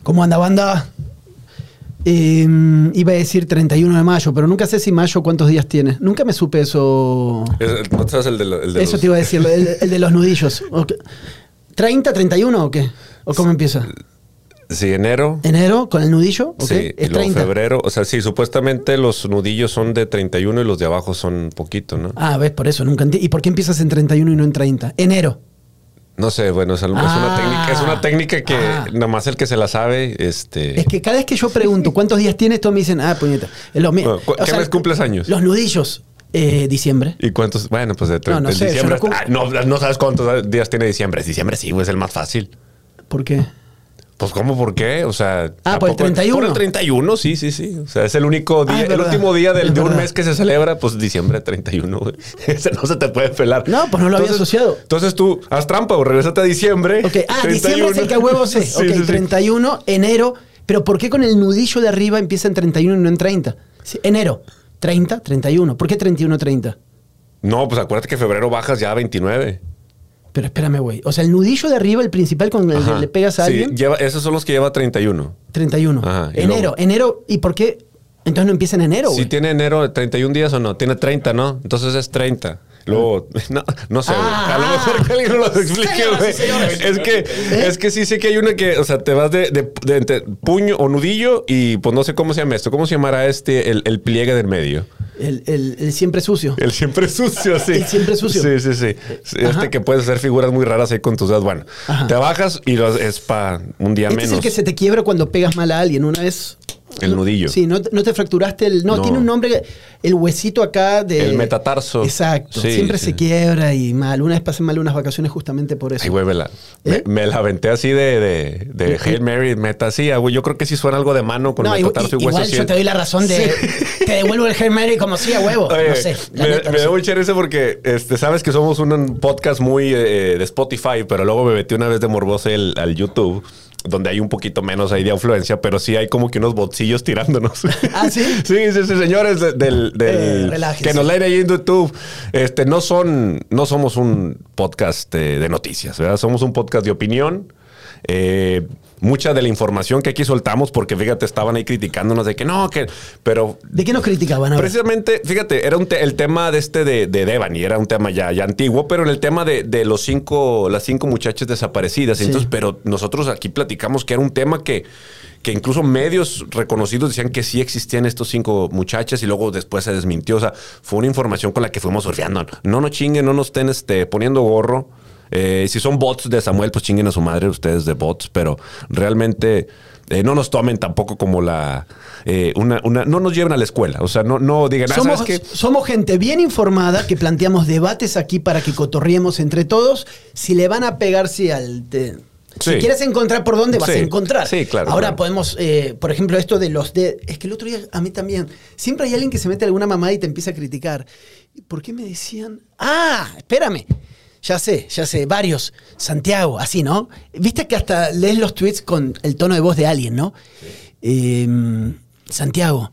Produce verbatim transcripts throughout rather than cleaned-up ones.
¿Cómo anda, banda? Eh, iba a decir treinta y uno de mayo, pero nunca sé si mayo cuántos días tiene. Nunca me supe eso. Es, ¿No sabes el de, lo, el de Eso los... te iba a decir, el, el de los nudillos. Okay. ¿treinta, treinta y uno o qué? ¿O cómo empieza? Sí, enero. ¿Enero con el nudillo? Okay. Sí, es y luego treinta. febrero. O sea, sí, supuestamente los nudillos son de treinta y uno y los de abajo son poquito, ¿no? Ah, ves, por eso, nunca entiendo. ¿Y por qué empiezas en treinta y uno y no en treinta? Enero. No sé, bueno, es, algo, Ah, es, una, técnica, es una técnica que ah. nada más el que se la sabe, este... Es que cada vez que yo pregunto cuántos días tienes, todos me dicen, ah, puñeta. Es lo mismo. Bueno, ¿qué mes cumples años? Los nudillos. Eh, diciembre. ¿Y cuántos? Bueno, pues de, No, no de sé, diciembre. yo no, Ah, no, no sabes cuántos días tiene diciembre. Diciembre sí, es el más fácil. ¿Por qué? Pues, ¿cómo? ¿Por qué? O sea... Ah, por el treinta y uno. Por el treinta y uno, sí, sí, sí. O sea, es el único día, Ah, es el verdad. último día del, Es de un verdad. mes que se celebra, pues diciembre treinta y uno, güey. Ese no se te puede pelar. No, pues no lo había Entonces- asociado. Entonces tú, haz trampa, o regresate a diciembre. Ok, ah, treinta y diciembre es uno. el que a huevo sé. Sí, ok, sí, sí. treinta y uno, enero. Pero ¿por qué con el nudillo de arriba empieza en treinta y uno y no en treinta? Sí, enero, treinta, treinta y uno. ¿Por qué treinta y uno, treinta? No, pues acuérdate que febrero bajas ya a veintinueve. Pero espérame, güey. O sea, el nudillo de arriba, el principal con el Ajá. que le pegas a Sí, alguien, lleva, esos son los que lleva treinta y uno. treinta y uno. Ajá, y enero, luego- enero. ¿Y por qué? Entonces no empieza en enero, Si güey. tiene enero treinta y un días o no, tiene treinta, ¿no? Entonces es treinta. Luego, no, no sé, güey. Ah, A lo mejor que alguien nos lo explique, señoras y güey. señores. Es que, es que sí sé que hay una que, o sea, te vas de, de- de entre puño o nudillo y pues no sé cómo se llama esto. ¿Cómo se llamará este, el, el pliegue del medio? El, el- el siempre sucio. El siempre sucio, sí. El siempre sucio. Sí, sí, sí. Sí, Ajá. Este que puedes hacer figuras muy raras ahí con tus dedos. Bueno, Ajá. te bajas y los- es para un día Este menos. es el que se te quiebra cuando pegas mal a alguien. Una vez... El nudillo. Sí, no, te- no te fracturaste el... No, No. tiene un nombre, el huesito acá de... El metatarso. Exacto. Sí, Siempre sí. se quiebra y mal. Una vez pasé mal unas vacaciones justamente por eso. Ay, güey, me la, ¿Eh? me, me la aventé así de, de, de ¿Eh? Hail Mary, meta así. ah, güey, yo creo que si suena algo de mano con No, metatarso y, i- hueso. igual sí yo es- te doy la razón de... Te devuelvo el Hail Mary como si a huevo. Oye, no sé. la me, neta, me no da sé. mucha risa porque este, sabes que somos un podcast muy eh, de Spotify, pero luego me metí una vez de morboso el- al YouTube, donde hay un poquito menos ahí de afluencia, pero sí hay como que unos botcillos tirándonos. ¿Ah, sí? Sí, sí, sí, señores de- del, del- Eh, relájense. que nos leen ahí en YouTube. Este, no son, no somos un podcast eh, de noticias, ¿verdad? Somos un podcast de opinión. Eh, mucha de la información que aquí soltamos, porque fíjate, estaban ahí criticándonos de que no, que, pero ¿De qué nos criticaban ahora? precisamente, fíjate, era un te- el tema de este de, de Devani, era un tema ya, ya antiguo, pero en el tema de, de los cinco, las cinco muchachas desaparecidas. Sí. Entonces, pero nosotros aquí platicamos que era un tema que, que incluso medios reconocidos decían que sí existían estos cinco muchachas y luego después se desmintió. O sea, fue una información con la que fuimos surfeando. No nos chinguen, no nos estén este, poniendo gorro. Eh, si son bots de Samuel, pues chinguen a su madre ustedes de bots, pero realmente eh, no nos tomen tampoco como la eh, una, una, no nos lleven a la escuela. O sea, no, no digan, ah, Somos, ¿sabes qué? somos gente bien informada que planteamos debates aquí para que cotorriemos entre todos. Si le van a pegar, sí, al... te- Sí. Si quieres encontrar por dónde, vas Sí. a encontrar. Sí, claro, Ahora claro. podemos, eh, por ejemplo, esto de los de... Es que el otro día a mí también. Siempre hay alguien que se mete alguna mamada y te empieza a criticar. ¿Por qué me decían? Ah, espérame. Ya sé, ya sé, varios. Santiago, así, ¿no? Viste que hasta lees los tweets con el tono de voz de alguien, ¿no? Eh, Santiago,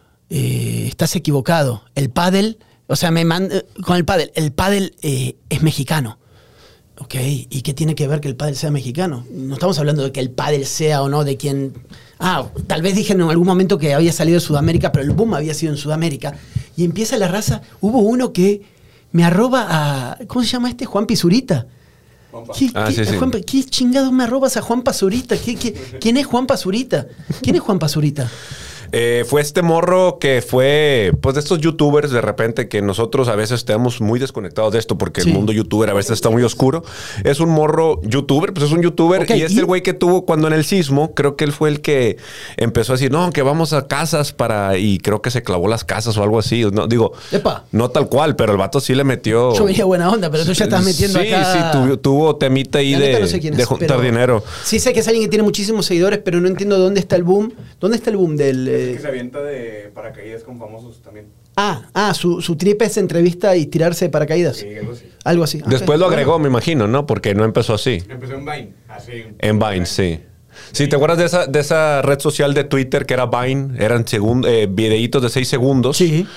eh, estás equivocado. El pádel, o sea, me manda con el pádel. El pádel eh, es mexicano. Ok, ¿y qué tiene que ver que el pádel sea mexicano? No estamos hablando de que el pádel sea o no de quien... Ah, tal vez dije en algún momento que había salido de Sudamérica, pero el boom había sido en Sudamérica. Y empieza la raza. Hubo uno que me arroba a... ¿Cómo se llama este? Juan Pizurita. ¿Qué, Ah, qué- sí, sí. Juan Pa- ¿qué chingados me arrobas a Juan Pazurita? ¿Qué, qué, quién es Juan Pazurita? ¿Quién es Juan Pazurita? Eh, fue este morro que fue, pues, de estos youtubers de repente que nosotros a veces estamos muy desconectados de esto porque Sí. el mundo youtuber a veces está muy oscuro. Es un morro youtuber, pues es un youtuber Ok, y es y- el güey que tuvo cuando en el sismo, creo que él fue el que empezó a decir, no, que vamos a casas para, y creo que se clavó las casas o algo así. No, digo, Epa. no tal cual, pero el vato sí le metió. Yo venía buena onda, pero tú ya estás metiendo sí, acá... Sí, tuvo, tuvo temita ahí La de, neta no sé quién de es, juntar pero dinero. Sí sé que es alguien que tiene muchísimos seguidores, pero no entiendo dónde está el boom. ¿Dónde está el boom del...? eh? Que se avienta de paracaídas con famosos también. Ah, ah, su, su trip es entrevista y tirarse de paracaídas. Sí, algo así. Algo así. Después Ok, lo bueno. agregó, me imagino, ¿no? Porque no empezó así. Empezó en Vine, así. En Vine, sí. Sí, ¿te acuerdas de esa, de esa red social de Twitter que era Vine? Eran segun- eh, videitos de seis segundos. Sí.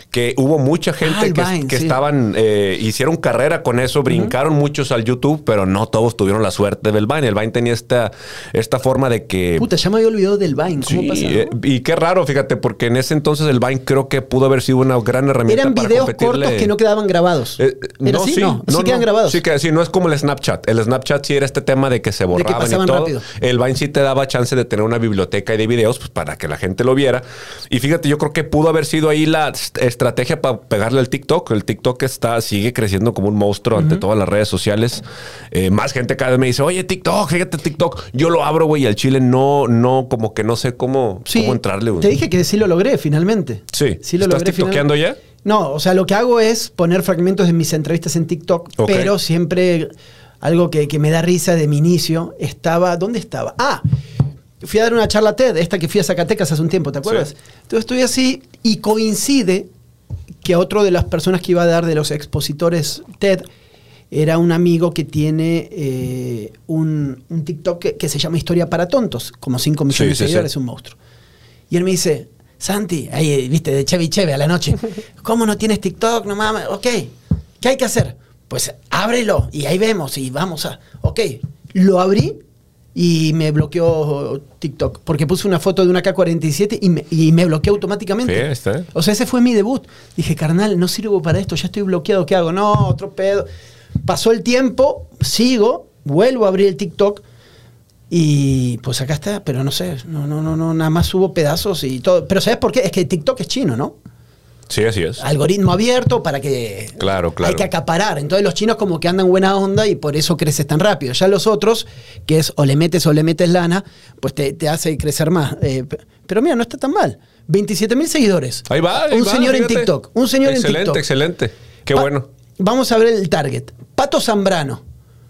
que hubo mucha gente Ah, el que, Vine, que sí. estaban, eh, hicieron carrera con eso, brincaron muchos al YouTube, pero no todos tuvieron la suerte del Vine. El Vine tenía esta, esta forma de que... Puta, ya me había olvidado del Vine. ¿Cómo Sí, pasa? ¿No? eh, y qué raro, fíjate, porque en ese entonces el Vine creo que pudo haber sido una gran herramienta Eran para videos competirle. cortos que no quedaban grabados. Eh, ¿Era no, así? sí, no, sí quedan grabados. Sí, que sí, no es como el Snapchat. El Snapchat sí era este tema de que se borraban y pasaban todo. rápido. El Vine sí te daba chance de tener una biblioteca de videos pues, para que la gente lo viera. Y fíjate, yo creo que pudo haber sido ahí la est- estrategia para pegarle al TikTok. El TikTok está, sigue creciendo como un monstruo ante todas las redes sociales. Eh, más gente cada vez me dice, oye, TikTok, fíjate TikTok. Yo lo abro, güey, y al chile no, no, como que no sé cómo, Sí, cómo entrarle, güey. te dije que sí lo logré finalmente. Sí. Sí lo ¿Estás logré tiktokeando finalmente. ya? No, o sea, lo que hago es poner fragmentos de mis entrevistas en TikTok, Ok. pero siempre algo que, que me da risa de mi inicio. Estaba, ¿dónde estaba? Ah, fui a dar una charla TED, esta que fui a Zacatecas hace un tiempo, ¿te acuerdas? Sí. Entonces estoy así y coincide que otro de las personas que iba a dar de los expositores TED era un amigo que tiene eh, un, un TikTok que, que se llama Historia para Tontos, como cinco millones Sí, de sí, seguidores, sí. un monstruo. Y él me dice, Santi, ahí, viste, de Chevy Chevy a la noche, ¿cómo no tienes TikTok? No mames, ok, ¿qué hay que hacer? Pues ábrelo y ahí vemos y vamos a... Ok, lo abrí y me bloqueó TikTok, porque puse una foto de una K cuarenta y siete y me, y me bloqueó automáticamente. Sí, ahí está. O sea, ese fue mi debut. Dije, carnal, no sirvo para esto, ya estoy bloqueado, ¿qué hago? No, otro pedo. Pasó el tiempo, sigo, vuelvo a abrir el TikTok y pues acá está, pero no sé, no, no, no, no, nada más subo pedazos y todo. Pero ¿sabes por qué? Es que TikTok es chino, ¿no? Sí, así es. Algoritmo abierto para que... Claro, claro. Hay que acaparar. Entonces los chinos como que andan buena onda y por eso creces tan rápido. Ya los otros, que es o le metes o le metes lana, pues te, te hace crecer más. Eh, p- pero mira, no está tan mal. veintisiete mil seguidores. Ahí va, ahí Un va, señor fíjate. en TikTok. Un señor excelente, en TikTok. Excelente, excelente. Qué Pa- bueno. Vamos a ver el target. Pato Zambrano.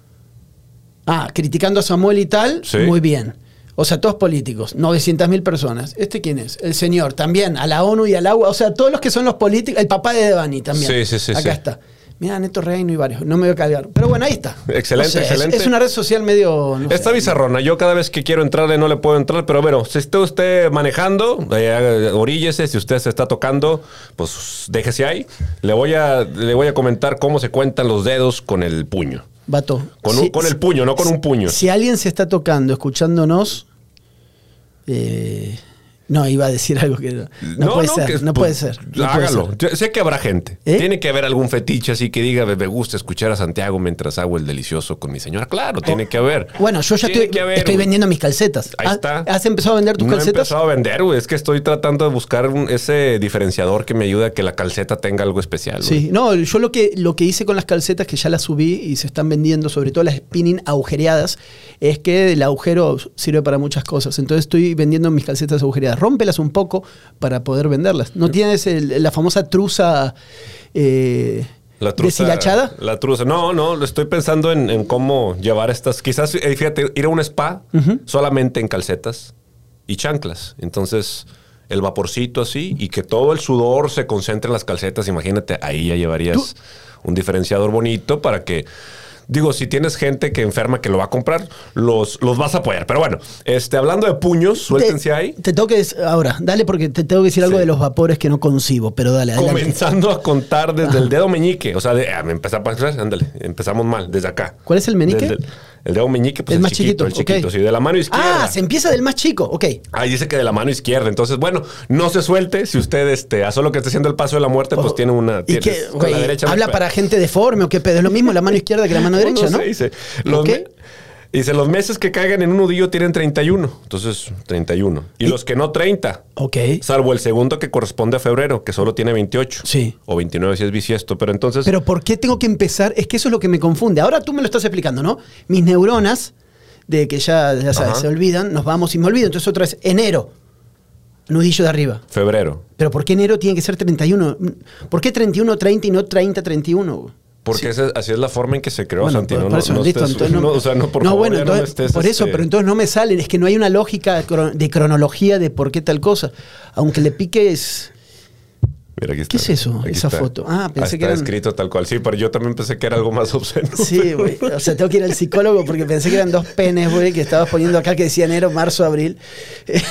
Ah, criticando a Samuel y tal. Sí. Muy bien. O sea, todos políticos. novecientas mil personas. ¿Este quién es? El señor. También. A la ONU y al agua. O sea, todos los que son los políticos. El papá de Devani también. Sí, sí, sí, Acá sí. está. Mira, Neto Reino y varios. No me voy a cargar. Pero bueno, ahí está. Excelente, No sé, es- excelente. Es, una red social medio... no Está sé. bizarrona. Yo cada vez que quiero entrarle no le puedo entrar, pero bueno, si esté usted manejando, eh, oríllese. Si usted se está tocando, pues déjese ahí. Le voy a, le voy a comentar cómo se cuentan los dedos con el puño. Vato. Con, un- con el puño, no con un puño. Si alguien se está tocando, escuchándonos... eh, no, iba a decir algo que no, no puede ser. que- no puede ser. no puede hágalo. ser. Yo sé que habrá gente. ¿Eh? Tiene que haber algún fetiche así que diga, me gusta escuchar a Santiago mientras hago el delicioso con mi señora. Claro, tiene que haber. Bueno, yo ya Tiene estoy, que haber, estoy güey. vendiendo mis calcetas. Ahí ¿Has- está. ¿Has empezado a vender tus No he calcetas? empezado a vender, güey. Es que estoy tratando de buscar un- ese diferenciador que me ayude a que la calceta tenga algo especial. güey. Sí, no, yo lo que, lo que hice con las calcetas, que ya las subí y se están vendiendo, sobre todo las spinning agujereadas, es que el agujero sirve para muchas cosas. Entonces estoy vendiendo mis calcetas agujereadas. Rómpelas un poco para poder venderlas. ¿No tienes el- la famosa truza eh, La truza, deshilachada? La truza. No, no, lo estoy pensando en, en cómo llevar estas. Quizás, eh, fíjate, ir a un spa solamente en calcetas y chanclas. Entonces, el vaporcito así y que todo el sudor se concentre en las calcetas. Imagínate, ahí ya llevarías Tú- un diferenciador bonito para que. Digo, si tienes gente que enferma que lo va a comprar, los, los vas a apoyar. Pero bueno, este, hablando de puños, suéltense te, ahí. Te tengo que decir, ahora, dale porque te tengo que decir algo Sí. de los vapores que no concibo, pero dale, adelante. Comenzando a contar desde el dedo meñique. O sea, de, ah, me empezamos a pasar, ándale, empezamos mal, desde acá. ¿Cuál es el meñique? Desde el, el dedo meñique, pues El el, más chiquito, el chiquito, chiquito, ok. sí, de la mano izquierda. Ah, se empieza del más chico, ok. Ahí dice que de la mano izquierda. Entonces, bueno, no se suelte. Si usted, este, a solo que esté haciendo el paso de la muerte, pues Ojo. tiene una. ¿Y tiene- qué, con güey, la derecha no habla hay para pedo. gente deforme o qué pedo? Es lo mismo la mano izquierda que la mano derecha, ¿no? No sé, dice. Los, Ok. me- dice, los meses que caigan en un nudillo tienen treinta y uno. Entonces, treinta y uno. Y, Y- los que no, treinta. Ok. Salvo el segundo que corresponde a febrero, que solo tiene veintiocho. Sí. O veintinueve si es bisiesto. Pero entonces. Pero ¿por qué tengo que empezar? Es que eso es lo que me confunde. Ahora tú me lo estás explicando, ¿no? Mis neuronas, de que ya, ya sabes, Ajá. se olvidan, nos vamos y me olvido. Entonces otra vez, enero, nudillo de arriba. febrero. Pero ¿por qué enero tiene que ser treinta y uno? ¿Por qué treinta y uno, treinta y no treinta, treinta y uno? Porque Sí. esa- así es la forma en que se creó Bueno, Santi. por, No, por no, eso, no listo, estés- entonces no, no, o sea, no, por no, favor, bueno, ya no entonces, me estés, por eso, este, pero entonces no me salen, es que no hay una lógica cro- de cronología de por qué tal cosa. Aunque le piques... Mira, aquí está. ¿Qué es eso? Aquí Esa está. foto. Ah, pensé está que eran- escrito tal cual. Sí, pero yo también pensé que era algo más obsceno. Sí, güey. O sea, tengo que ir al psicólogo porque pensé que eran dos penes, güey, que estabas poniendo acá que decía enero, marzo, abril.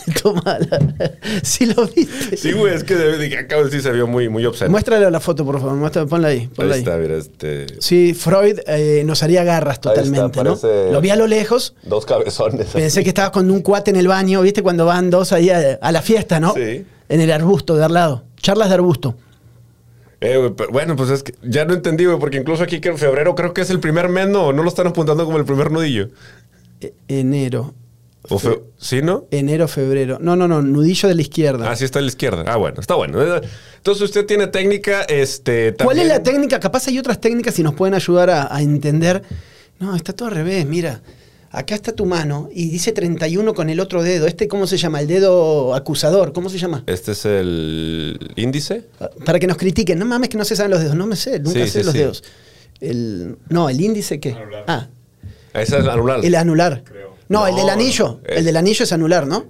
Toma, sí lo viste. Sí, güey, es que dije, acá sí se vio muy, muy obsceno. Muéstrale la foto, por favor. Muéstrale, ponla ahí. Ponla Ahí ahí. está, mira, este... Sí, Freud eh, nos haría garras totalmente, Ahí está, ¿no? parece- Lo vi a lo lejos. Dos cabezones. Pensé que estabas con un cuate en el baño, ¿viste? Cuando van dos ahí a, a la fiesta, ¿no? Sí. En el arbusto de al lado. Charlas de arbusto. Eh, güey, pero bueno, pues es que ya no entendí, güey, porque incluso aquí que en febrero creo que es el primer mes, ¿no? No lo están apuntando como el primer nudillo. E- enero. O fe- ¿Sí, no? Enero, febrero. No, no, no. Nudillo de la izquierda. Ah, sí está a la izquierda. Ah, bueno, está bueno. Entonces usted tiene técnica, este... ¿Cuál es también- la técnica? Capaz hay otras técnicas y nos pueden ayudar a, a entender. No, está todo al revés. Mira, acá está tu mano y dice treinta y uno con el otro dedo. ¿Este cómo se llama? El dedo acusador. ¿Cómo se llama? Este es el índice. Para que nos critiquen. No mames que no se saben los dedos. No me sé. Nunca Sí, sé sí, los sí. dedos. El, no, el índice, ¿qué? Anular. Ah, Ese es anular. el anular. Creo. No, No, el del anillo. eh. El del anillo es anular, ¿no?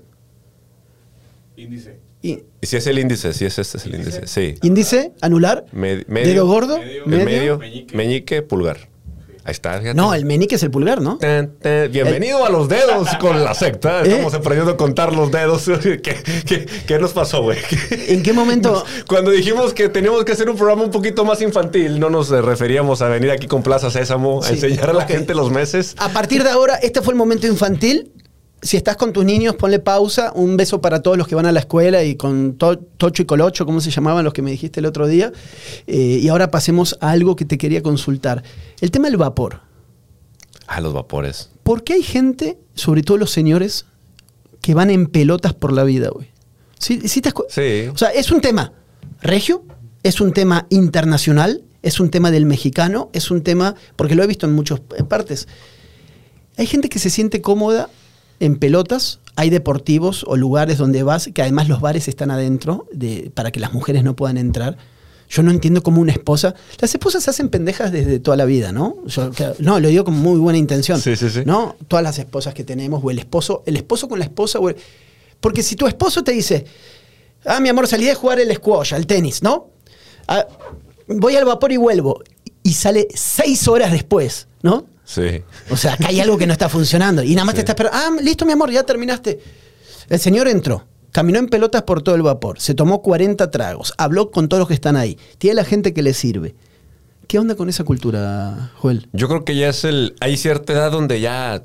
Índice. Y- Y si es el índice, sí es este es el índice. Sí. índice, anular. Me- medio, Dedo gordo. medio, El medio. medio, Meñique. meñique, pulgar. Ahí está. fíjate. No, el meñique es el pulgar, ¿no? Tan, tan. Bienvenido a los dedos con la secta. ¿Eh? Estamos aprendiendo a contar los dedos. ¿Qué, qué, qué nos pasó, güey? ¿En qué momento? Cuando dijimos que teníamos que hacer un programa un poquito más infantil, no nos eh, referíamos a venir aquí con Plaza Sésamo a Sí, enseñar a la ok. gente los meses. A partir de ahora, este fue el momento infantil. Si estás con tus niños, ponle pausa. Un beso para todos los que van a la escuela y con to- Tocho y Colocho, ¿cómo se llamaban los que me dijiste el otro día? Eh, y ahora pasemos a algo que te quería consultar. El tema del vapor. Ah, los vapores. ¿Por qué hay gente, sobre todo los señores, que van en pelotas por la vida, güey? ¿Sí, sí te has cu- Sí. O sea, es un tema regio, es un tema internacional, es un tema del mexicano, es un tema, porque lo he visto en muchas eh, partes. Hay gente que se siente cómoda en pelotas, hay deportivos o lugares donde vas, que además los bares están adentro de, para que las mujeres no puedan entrar. Yo no entiendo cómo una esposa... Las esposas se hacen pendejas desde toda la vida, ¿no? Yo, que- no, lo digo con muy buena intención. Sí, sí, sí. ¿No? Todas las esposas que tenemos, o el esposo, el esposo con la esposa, o el- porque si tu esposo te dice, ah, mi amor, salí de jugar el squash, al tenis, ¿no? Ah, voy al vapor y vuelvo. Y sale seis horas después, ¿no? Sí. O sea, acá hay algo que no está funcionando. Y nada más Sí. te está esperando. Ah, listo, mi amor, ya terminaste. El señor entró, caminó en pelotas por todo el vapor, se tomó cuarenta tragos, habló con todos los que están ahí, tiene la gente que le sirve. ¿Qué onda con esa cultura, Joel? Yo creo que ya es el... Hay cierta edad donde ya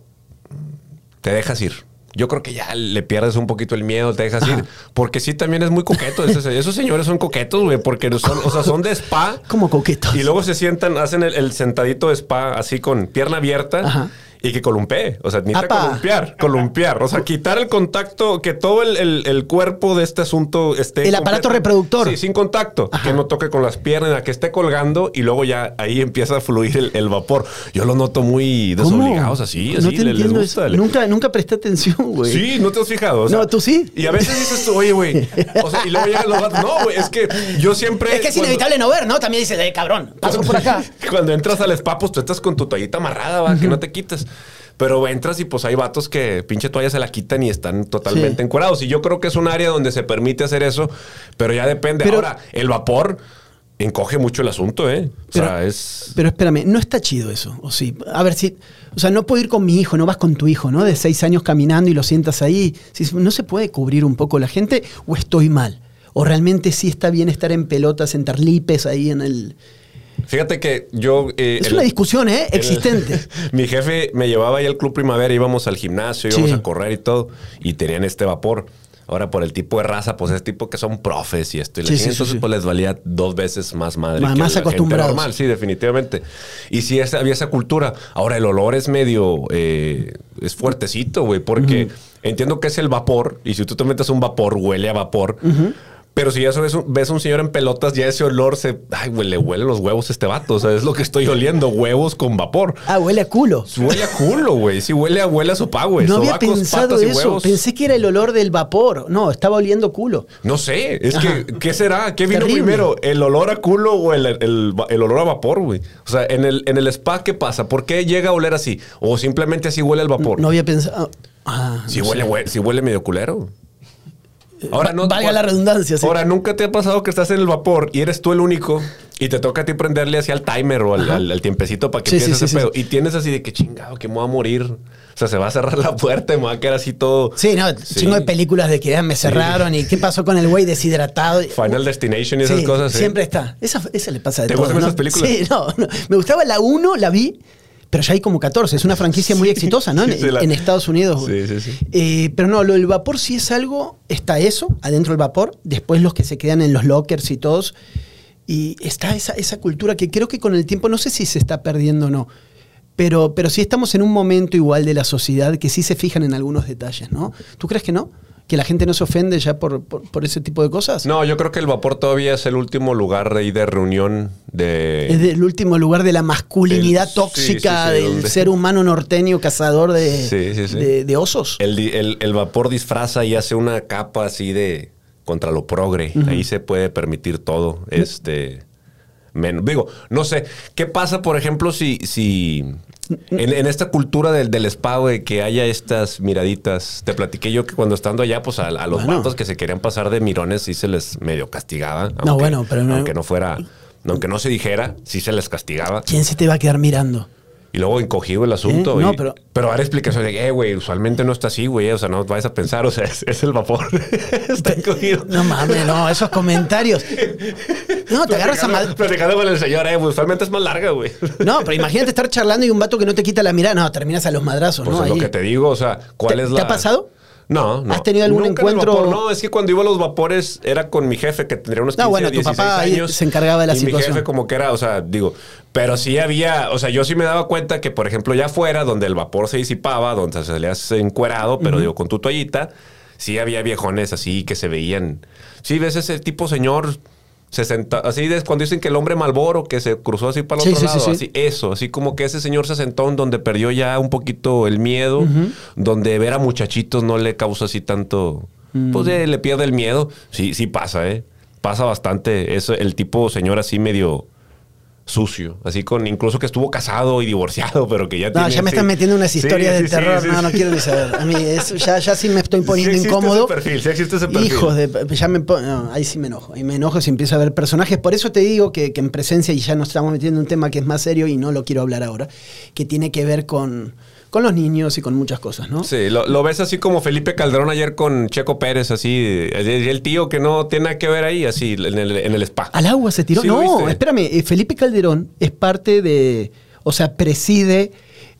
te dejas ir. Yo creo que ya le pierdes un poquito el miedo, te dejas Ajá. ir. Porque sí, también es muy coqueto. Esos, esos señores son coquetos, güey, porque son, o sea, son de spa. Como coquetos. Y luego se sientan, hacen el, el sentadito de spa así con pierna abierta. Ajá. Y que columpee. O sea, necesita Apa. columpiar, columpiar. O sea, quitar el contacto, que todo el, el- el cuerpo de este asunto esté... El aparato completo- reproductor. Sí, sin contacto. Ajá. Que no toque con las piernas, que esté colgando y luego ya ahí empieza a fluir el, el vapor. Yo lo noto muy ¿Cómo? desobligados así. No así te le- les entiendo gusta. eso. Nunca, nunca presté atención, güey. Sí, no te has fijado. O sea, No, ¿tú sí? Y a veces dices tú, oye, güey. O sea, y luego llegan los vatos. No, güey, es que yo siempre. Es que es cuando- inevitable no ver, ¿no? También dices, eh, cabrón, paso por acá. Cuando entras al spa, pues tú estás con tu toallita amarrada, va, que no te quites. Pero entras y pues hay vatos que pinche toalla se la quitan y están totalmente Sí. encuerados. Y yo creo que es un área donde se permite hacer eso, pero ya depende. Pero- Ahora, el vapor encoge mucho el asunto, ¿eh? O Pero- sea, es... Pero espérame, no está chido eso, ¿o sí? A ver, si... O sea, no puedo ir con mi hijo, no vas con tu hijo, ¿no? De seis años caminando y lo sientas ahí. Si- ¿No se puede cubrir un poco la gente o estoy mal? ¿O realmente sí está bien estar en pelotas, en tarlipes ahí en el... Fíjate que yo... eh, Es el- una discusión, ¿eh? el- Existente. Mi jefe me llevaba ahí al Club Primavera, íbamos al gimnasio, íbamos Sí. a correr y todo, y tenían este vapor. Ahora, por el tipo de raza, pues es tipo que son profes y esto. Y la Sí, chingada, sí, sí, entonces, sí. pues les valía dos veces más madre Más- que más la gente acostumbrados. normal, sí, definitivamente. Y sí, esa- había esa cultura. Ahora, el olor es medio... eh, es fuertecito, güey, porque entiendo que es el vapor, y si tú te metes un vapor, huele a vapor. Pero si ya ves un, ves un señor en pelotas, ya ese olor se... Ay, güey, le huelen los huevos a este vato. O sea, es lo que estoy oliendo, huevos con vapor. Ah, huele a culo. Huele a culo, güey. Sí, huele a, huele a sopa, güey. No había Sobacos, pensado patas y eso. huevos. Pensé que era el olor del vapor. No, estaba oliendo culo. No sé. Es Ajá. que, ¿qué será? ¿Qué vino Terrible. primero? ¿El olor a culo o el, el- el olor a vapor, güey? O sea, en el, en el spa, ¿qué pasa? ¿Por qué llega a oler así? ¿O simplemente así huele el vapor? No había pensado... Ah, Si no huele, sé. hue- si huele medio culero. Ahora Va- valga la redundancia, sí. Ahora, ¿nunca te ha pasado que estás en el vapor y eres tú el único Y te toca a ti prenderle así al timer o al, al, al tiempecito para que Sí, empiece sí, ese sí, pedo. sí. Y tienes así de que chingado, que me voy a morir. O sea, se va a cerrar la puerta y me va a quedar así todo. Sí, no, Sí. chingo de películas de que ah, me cerraron y qué pasó con el güey deshidratado. Final Destination y esas Sí, cosas. ¿sí? siempre está. Esa, esa le pasa de ¿Te todo, gustan ¿no? esas películas? Sí, no, no. Me gustaba la uno, la vi, pero ya hay como catorce. Es una franquicia muy exitosa, ¿no? En, Sí, la- en Estados Unidos. Sí, sí, sí. Eh, pero no, lo del vapor sí es algo, está eso, adentro del vapor, después los que se quedan en los lockers y todos. Y está esa, esa cultura que creo que con el tiempo, no sé si se está perdiendo o no, pero, pero sí estamos en un momento igual de la sociedad que sí se fijan en algunos detalles, ¿no? ¿Tú crees que no? ¿Que la gente no se ofende ya por, por, por ese tipo de cosas? No, yo creo que el vapor todavía es el último lugar ahí de reunión de... Es el último lugar de la masculinidad El- tóxica sí, sí, sí, del donde- ser humano norteño cazador de, Sí, sí, sí. de, de osos. El, di- el- el vapor disfraza y hace una capa así de contra lo progre. Ahí se puede permitir todo. Este... menos. Digo, no sé. ¿Qué pasa, por ejemplo, si... si en, en esta cultura del, del spa, güey, que haya estas miraditas? Te platiqué yo que cuando estando allá, pues a, a los Bueno. vatos que se querían pasar de mirones sí se les medio castigaba. Aunque, No, bueno, pero no- Aunque no fuera... Aunque no se dijera, sí se les castigaba. ¿Quién se te va a quedar mirando? Y luego encogido el asunto. ¿Eh? No, y- pero- pero ahora explicación de que, eh, güey, usualmente no está así, güey. O sea, no vayas a pensar, o sea, es, es el vapor. Está encogido. No mames, no, esos comentarios. No, te agarras a Platicando- mad- Platicando con el señor, eh, güey, usualmente es más larga, güey. No, pero imagínate estar charlando y un vato que no te quita la mirada. No, terminas a los madrazos, Pues ¿no? es lo Ahí. que te digo, o sea, ¿cuál ¿Te- es te la...? ha pasado? No, no. ¿Has tenido algún Nunca en el encuentro? vapor. No, es que cuando iba a los vapores era con mi jefe, que tendría unos quince, No, bueno, tu dieciséis papá ahí años. se encargaba de la y situación. mi jefe como que era, o sea, digo, pero sí había, o sea, yo sí me daba cuenta que, por ejemplo, ya afuera, donde el vapor se disipaba, donde se salías encuerado, pero digo, con tu toallita, sí había viejones así que se veían. Sí, ves ese tipo señor... sesenta, así de cuando dicen que el hombre Malboro que se cruzó así para el Sí, otro sí, sí, lado, sí. así, eso, así como que ese señor se sentó en donde perdió ya un poquito el miedo, donde ver a muchachitos no le causa así tanto, pues eh, le pierde el miedo. Sí, sí pasa, eh. Pasa bastante. Es el tipo señor así medio sucio, así con incluso que estuvo casado y divorciado, pero que ya No, tiene, ya me sí. están metiendo unas Sí, historias sí, de sí, terror. sí, no, sí. no quiero ni saber. A mí eso, ya, ya sí me estoy poniendo Sí existe incómodo. ese perfil, sí existe ese perfil. Hijos de... Ya me pon- no, ahí sí me enojo. Ahí me enojo si empiezo a ver personajes. Por eso te digo que, que en presencia, y ya nos estamos metiendo en un tema que es más serio y no lo quiero hablar ahora, que tiene que ver con, con los niños y con muchas cosas, ¿no? Sí, lo, lo ves así como Felipe Calderón ayer con Checo Pérez, así, el, el tío que no tiene nada que ver ahí, así, en el, en el spa. Al agua se tiró. Sí, ¿lo no, viste? espérame. eh, Felipe Calderón es parte de... O sea, preside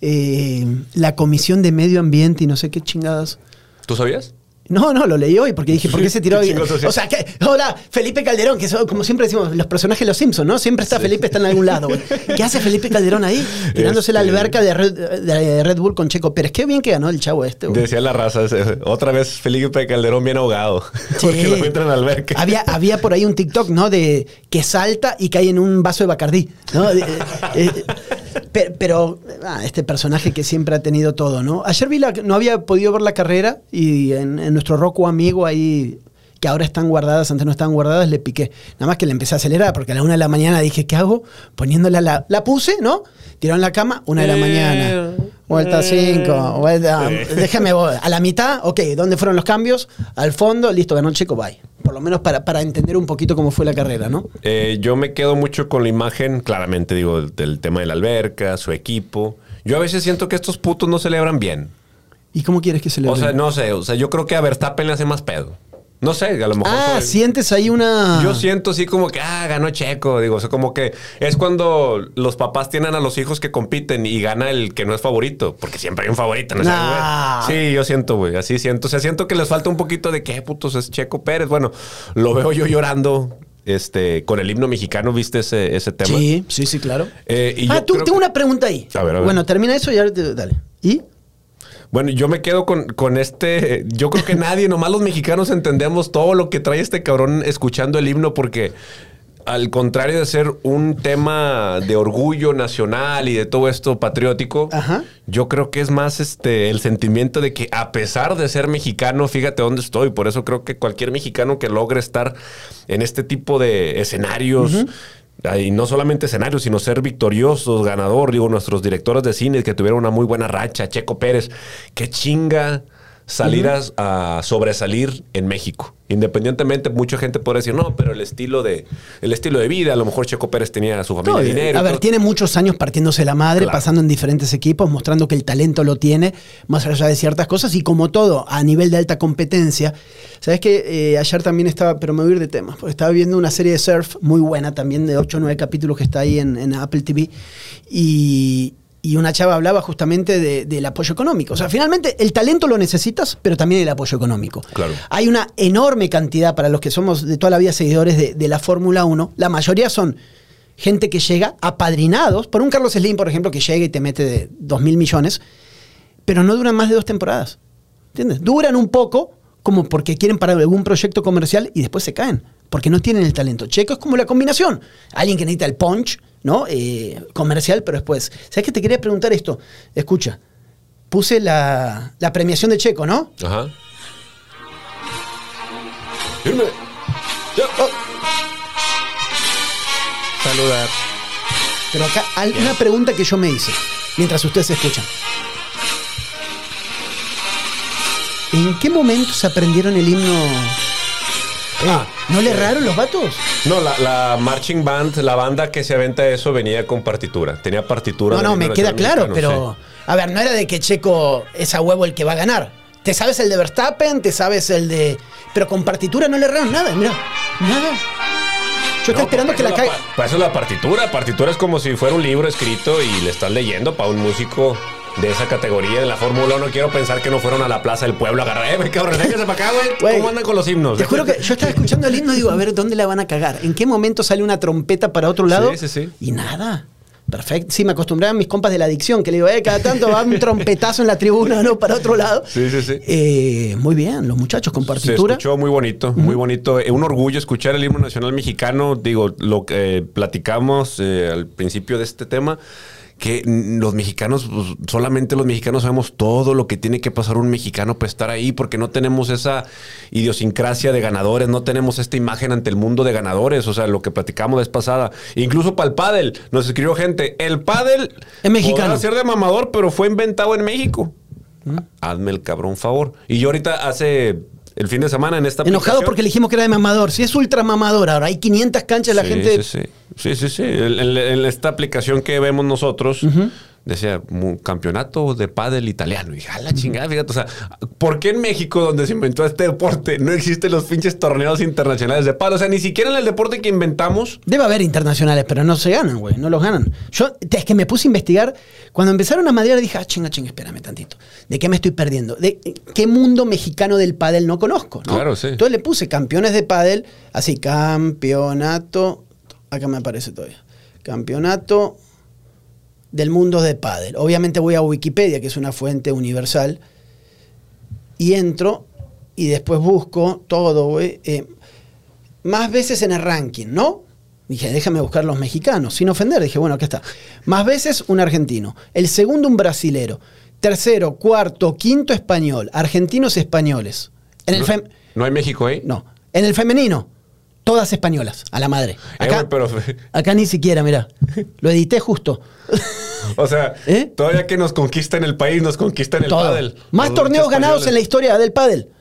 eh, la Comisión de Medio Ambiente y no sé qué chingadas. ¿Tú sabías? No, no, lo leí hoy porque dije, ¿por qué se tiró? ¿Qué chingos hacía? O sea, que, hola, Felipe Calderón, que son, como siempre decimos, los personajes de los Simpsons, ¿no? Siempre está Felipe, está en algún lado, güey. ¿Qué hace Felipe Calderón ahí? Tirándose la Este- alberca de Red, de Red Bull con Checo Pérez. Qué bien que ganó el chavo este, güey. Decía la raza, ese, otra vez Felipe Calderón bien ahogado. Sí. Porque lo encuentran en la alberca. Había, había por ahí un TikTok, ¿no? De que salta y cae en un vaso de Bacardí, ¿no? De- eh, eh, pe- pero ah, este personaje que siempre ha tenido todo, ¿no? Ayer vi la, no había podido ver la carrera y en, en nuestro Roku amigo ahí, que ahora están guardadas, antes no estaban guardadas, le piqué. Nada más que le empecé a acelerar porque a la una de la mañana dije, ¿qué hago? Poniéndola la... La puse, ¿no? Tiró en la cama, una de la mañana. Vuelta cinco, vuelta... Déjame, voy. A la mitad, ok, ¿dónde fueron los cambios? Al fondo, listo, ganó Checo, bye. Por lo menos para, para entender un poquito cómo fue la carrera, ¿no? Eh, yo me quedo mucho con la imagen, claramente digo, del tema de la alberca, su equipo. Yo a veces siento que estos putos no celebran bien. ¿Y cómo quieres que se le O sea, no sé, o sea, yo creo que a Verstappen le hace más pedo. No sé, a lo mejor... Ah, soy- sientes ahí una... Yo siento así como que, ah, ganó Checo. Digo, o sea, como que es cuando los papás tienen a los hijos que compiten y gana el que no es favorito. Porque siempre hay un favorito, ¿no? Nah. Sí, yo siento, güey. Así siento. O sea, siento que les falta un poquito de qué putos es Checo Pérez. Bueno, lo veo yo llorando este, con el himno mexicano. ¿Viste ese, ese tema? Sí, sí, sí, claro. Eh, y ah, yo tú, creo tengo que- una pregunta ahí. A ver, a ver. Bueno, termina eso y ahora te- dale. ¿Y? Bueno, yo me quedo con, con este. Yo creo que nadie, nomás los mexicanos entendemos todo lo que trae este cabrón escuchando el himno, porque al contrario de ser un tema de orgullo nacional y de todo esto patriótico, Ajá. yo creo que es más este el sentimiento de que a pesar de ser mexicano, fíjate dónde estoy. Por eso creo que cualquier mexicano que logre estar en este tipo de escenarios. Y no solamente escenarios, sino ser victoriosos, ganador. Digo, nuestros directores de cine que tuvieron una muy buena racha, Checo Pérez, qué chinga salir uh-huh. a, a sobresalir en México. Independientemente, mucha gente podría decir, no, pero el estilo de el estilo de vida, a lo mejor Checo Pérez tenía su familia, no, dinero. A ver, todo. Tiene muchos años partiéndose la madre, Claro. pasando en diferentes equipos, mostrando que el talento lo tiene, más allá de ciertas cosas, y como todo, a nivel de alta competencia. Sabes que eh, ayer también estaba, pero me voy a ir de temas, porque estaba viendo una serie de surf muy buena, también de ocho o nueve capítulos que está ahí en, en Apple T V, y... Y una chava hablaba justamente de, del apoyo económico. O sea, finalmente el talento lo necesitas, pero también el apoyo económico. Claro. Hay una enorme cantidad, para los que somos de toda la vida seguidores de, de la Fórmula uno, la mayoría son gente que llega apadrinados por un Carlos Slim, por ejemplo, que llega y te mete de dos mil millones, pero no duran más de dos temporadas. ¿Entiendes? Duran un poco como porque quieren para algún proyecto comercial y después se caen, porque no tienen el talento. Checo es como la combinación. Alguien que necesita el punch, ¿no? Eh, comercial, pero después. ¿Sabes qué? Te quería preguntar esto. Escucha, puse la, la premiación de Checo, ¿no? Ajá. Firme. Ya. Oh. Saludar. Pero acá hay una pregunta que yo me hice mientras ustedes escuchan. ¿En qué momento se aprendieron el himno? Ah, ¿No le erraron los vatos? No, la, la marching band, la banda que se aventa eso venía con partitura. Tenía partitura. No, no, me queda claro, pero... Sí. A ver, no era de que Checo es a huevo el que va a ganar. Te sabes el de Verstappen, te sabes el de... Pero con partitura no le erraron nada, mira. Nada. Yo estaba No, esperando que la caiga. Para eso es la partitura. Partitura es como si fuera un libro escrito y le estás leyendo para un músico de esa categoría de la Fórmula uno. Quiero pensar que no fueron a la Plaza del Pueblo a agarrar. Eh, güey, cabrón, déjese para acá, güey. ¿Cómo andan con los himnos? Te juro que yo estaba escuchando el himno y digo, a ver, ¿dónde la van a cagar? ¿En qué momento sale una trompeta para otro lado? Sí, sí, sí. Y nada. Perfecto. Sí, me acostumbraban mis compas de la adicción, que le digo, eh, cada tanto va un trompetazo en la tribuna, ¿no? Para otro lado. Sí, sí, sí. Eh, muy bien, los muchachos con partitura. Se escuchó muy bonito, muy bonito. Eh, un orgullo escuchar el himno nacional mexicano. Digo, lo que eh, platicamos eh, al principio de este tema, que los mexicanos, pues, solamente los mexicanos sabemos todo lo que tiene que pasar un mexicano para estar ahí, porque no tenemos esa idiosincrasia de ganadores, no tenemos esta imagen ante el mundo de ganadores, o sea, lo que platicamos la vez pasada. Incluso para el pádel, nos escribió gente, el pádel es mexicano. Podrá ser de mamador, pero fue inventado en México. ¿Mm? Hazme el cabrón favor. Y yo ahorita hace... el fin de semana en esta enojado porque le dijimos que era de mamador. Si es ultra mamador, ahora hay quinientas canchas, la sí, gente... Sí, sí, sí, sí, sí. En, en- en esta aplicación que vemos nosotros, uh-huh. decía, "Mu- campeonato de pádel italiano". Y dije, a la chingada, fíjate. O sea, ¿por qué en México, donde se inventó este deporte, no existen los pinches torneos internacionales de pádel? O sea, ni siquiera en el deporte que inventamos. Debe haber internacionales, pero no se ganan, güey. No los ganan. Yo, es que me puse a investigar. Cuando empezaron a madrear, dije, ah, chinga, chinga, espérame tantito. ¿De qué me estoy perdiendo? ¿De qué mundo mexicano del pádel no conozco? ¿no? Claro, sí. Entonces le puse campeones de pádel, así, campeonato. Acá me aparece todavía. Campeonato del mundo de pádel. Obviamente voy a Wikipedia, que es una fuente universal, y entro y después busco todo, güey. Eh, más veces en el ranking, ¿no? Dije, déjame buscar los mexicanos, sin ofender. Dije, bueno, acá está. Más veces un argentino. El segundo, un brasilero. Tercero, cuarto, quinto, español. Argentinos, españoles. En el No, fem- no hay México ahí. no. En el femenino, todas españolas, a la madre. Eh, Acá, güey, pero, acá ni siquiera, mirá. Lo edité justo. o sea, ¿Eh? todavía que nos conquistan el país, nos conquistan el Todo. pádel. Más Los torneos luchas ganados en la españoles. historia del pádel.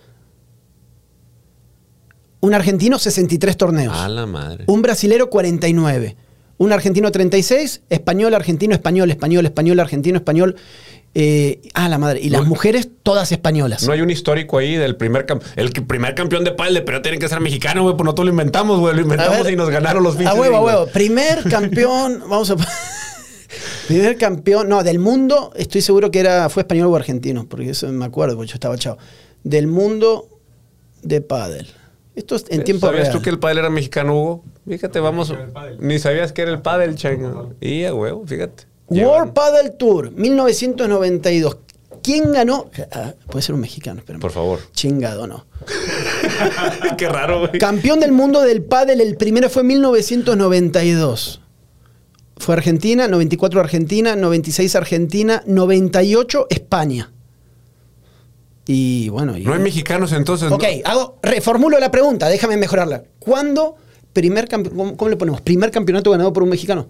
Un argentino, sesenta y tres torneos. A la madre. Un brasilero, cuarenta y nueve. Un argentino, treinta y seis. Español, argentino, español, español, español, argentino, español. Eh, ah, la madre. Y las No. mujeres, todas españolas. No hay un histórico ahí del primer cam- el que- primer campeón de pádel, pero tiene que ser mexicano, güey, pues nosotros lo inventamos, güey, lo A inventamos ver, y nos ganaron los pinches A huevo, a gringos. huevo. Primer campeón, vamos a... Primer campeón, no, del mundo, estoy seguro que era fue español o argentino, porque eso me acuerdo, porque yo estaba chavo. Del mundo de pádel. Esto es en tiempo ¿Sabías real. tú que el pádel era mexicano, Hugo? Fíjate, vamos. era el pádel. Ni sabías que era el pádel, chango. Y a huevo, fíjate. World Padel Tour, mil novecientos noventa y dos. ¿Quién ganó? Ah, puede ser un mexicano, espérame. Por favor. Chingado, no. Qué raro, güey. Campeón del mundo del pádel, el primero fue en mil novecientos noventa y dos. Fue Argentina, noventa y cuatro Argentina, noventa y seis Argentina, noventa y ocho España. Y bueno... Y, No hay mexicanos entonces. Ok, ¿no? hago, reformulo la pregunta, déjame mejorarla. ¿Cuándo primer campe- ¿cómo, cómo le ponemos? Primer campeonato ganado por un mexicano.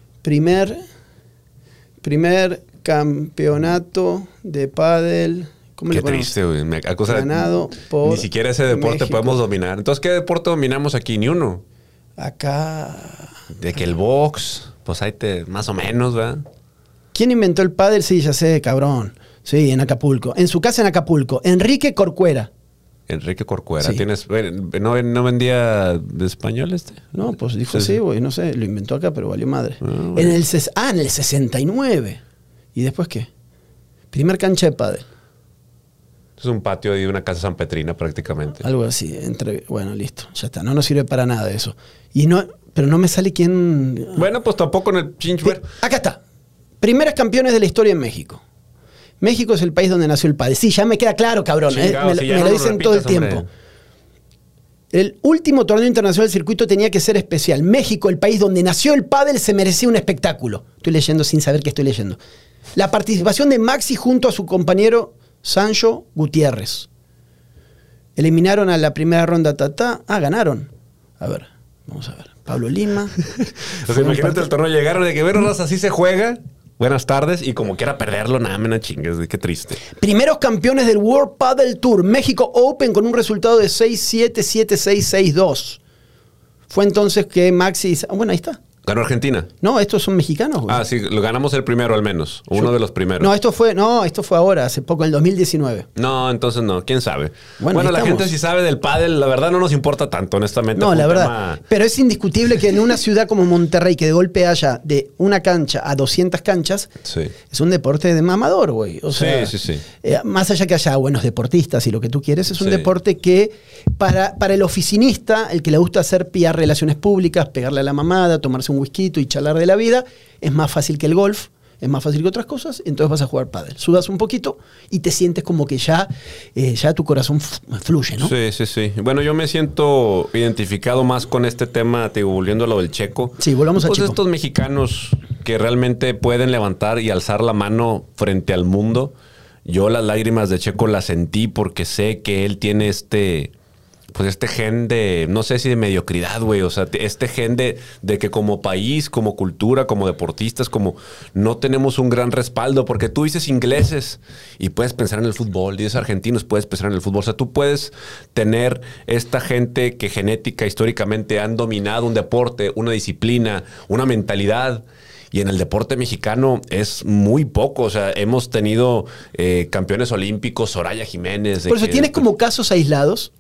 Primer, primer campeonato de pádel ¿Cómo Qué le ponemos? triste, güey. Me acusa, Ganado por ni siquiera ese deporte México. podemos dominar. Entonces, ¿qué deporte dominamos aquí? Ni uno. Acá. De que el box, pues ahí te, más o menos, ¿verdad? ¿Quién inventó el pádel? Sí, ya sé, cabrón. Sí, en Acapulco. En su casa en Acapulco. Enrique Corcuera. Enrique Corcuera. Sí. ¿Tienes, ¿no, ¿No vendía de español este? No, pues dijo Sí, sí, sí. güey, no sé, lo inventó acá, pero valió madre. Ah, bueno. En el ses- ah, en el sesenta y nueve. ¿Y después qué? Primer cancha de pádel. Es un patio de una casa sanpetrina prácticamente. Algo así. Entre, bueno, listo, ya está. No nos sirve para nada eso. Y no, pero no me sale quién. Bueno, pues tampoco en el Chinchware. Acá está. Primeros campeones de la historia en México. México es el país donde nació el pádel. Sí, ya me queda claro, cabrón. ¿eh? Chingado, Me, si lo- ya me no lo lo dicen repitas, todo el hombre. tiempo. El último torneo internacional del circuito tenía que ser especial. México, el país donde nació el pádel, se merecía un espectáculo. Estoy leyendo sin saber qué estoy leyendo. La participación de Maxi junto a su compañero Sancho Gutiérrez. Eliminaron a la primera ronda, tatá. Ah, ganaron. A ver, vamos a ver. Pablo Lima. O sea, imagínate el torneo, llegaron de que, bueno, raza, así se juega. Buenas tardes. Y como quiera perderlo, nada, me no chingues. Qué triste. Primeros campeones del World Padel Tour. México Open con un resultado de seis siete, siete seis, seis dos. Fue entonces que Maxi... Ah, bueno, ahí está. Ganó Argentina. No, estos son mexicanos, güey. Ah, sí, lo ganamos el primero al menos. Uno de los primeros. No, esto fue, no, esto fue ahora, hace poco, en el dos mil diecinueve. No, entonces no, quién sabe. Bueno, Bueno, ahí la estamos. gente si sabe del pádel, la verdad no nos importa tanto, honestamente. No, Fue la un verdad. tema- Pero es indiscutible que en una ciudad como Monterrey, que de golpe haya de una cancha a doscientas canchas, Sí. es un deporte de mamador, güey. O sea, Sí, sí, sí. eh, más allá que haya buenos deportistas y lo que tú quieres, es un Sí. deporte que para, para el oficinista, el que le gusta hacer pillar relaciones públicas, pegarle a la mamada, tomarse un whisky y charlar de la vida, es más fácil que el golf, es más fácil que otras cosas, entonces vas a jugar pádel. Sudas un poquito y te sientes como que ya, eh, ya tu corazón f- fluye, ¿no? Sí, sí, sí. Bueno, yo me siento identificado más con este tema, te digo, volviendo a lo del Checo. Sí, volvamos a Pues Checo. estos mexicanos que realmente pueden levantar y alzar la mano frente al mundo. Yo las lágrimas de Checo las sentí porque sé que él tiene este... Pues este gen de, no sé si de mediocridad, güey. O sea, este gen de, de que como país, como cultura, como deportistas, como no tenemos un gran respaldo. Porque tú dices ingleses y puedes pensar en el fútbol. Dices argentinos, puedes pensar en el fútbol. O sea, tú puedes tener esta gente que genética, históricamente han dominado un deporte, una disciplina, una mentalidad. Y en el deporte mexicano es muy poco. O sea, hemos tenido eh, campeones olímpicos, Soraya Jiménez. de Por eso que- tienes como casos aislados.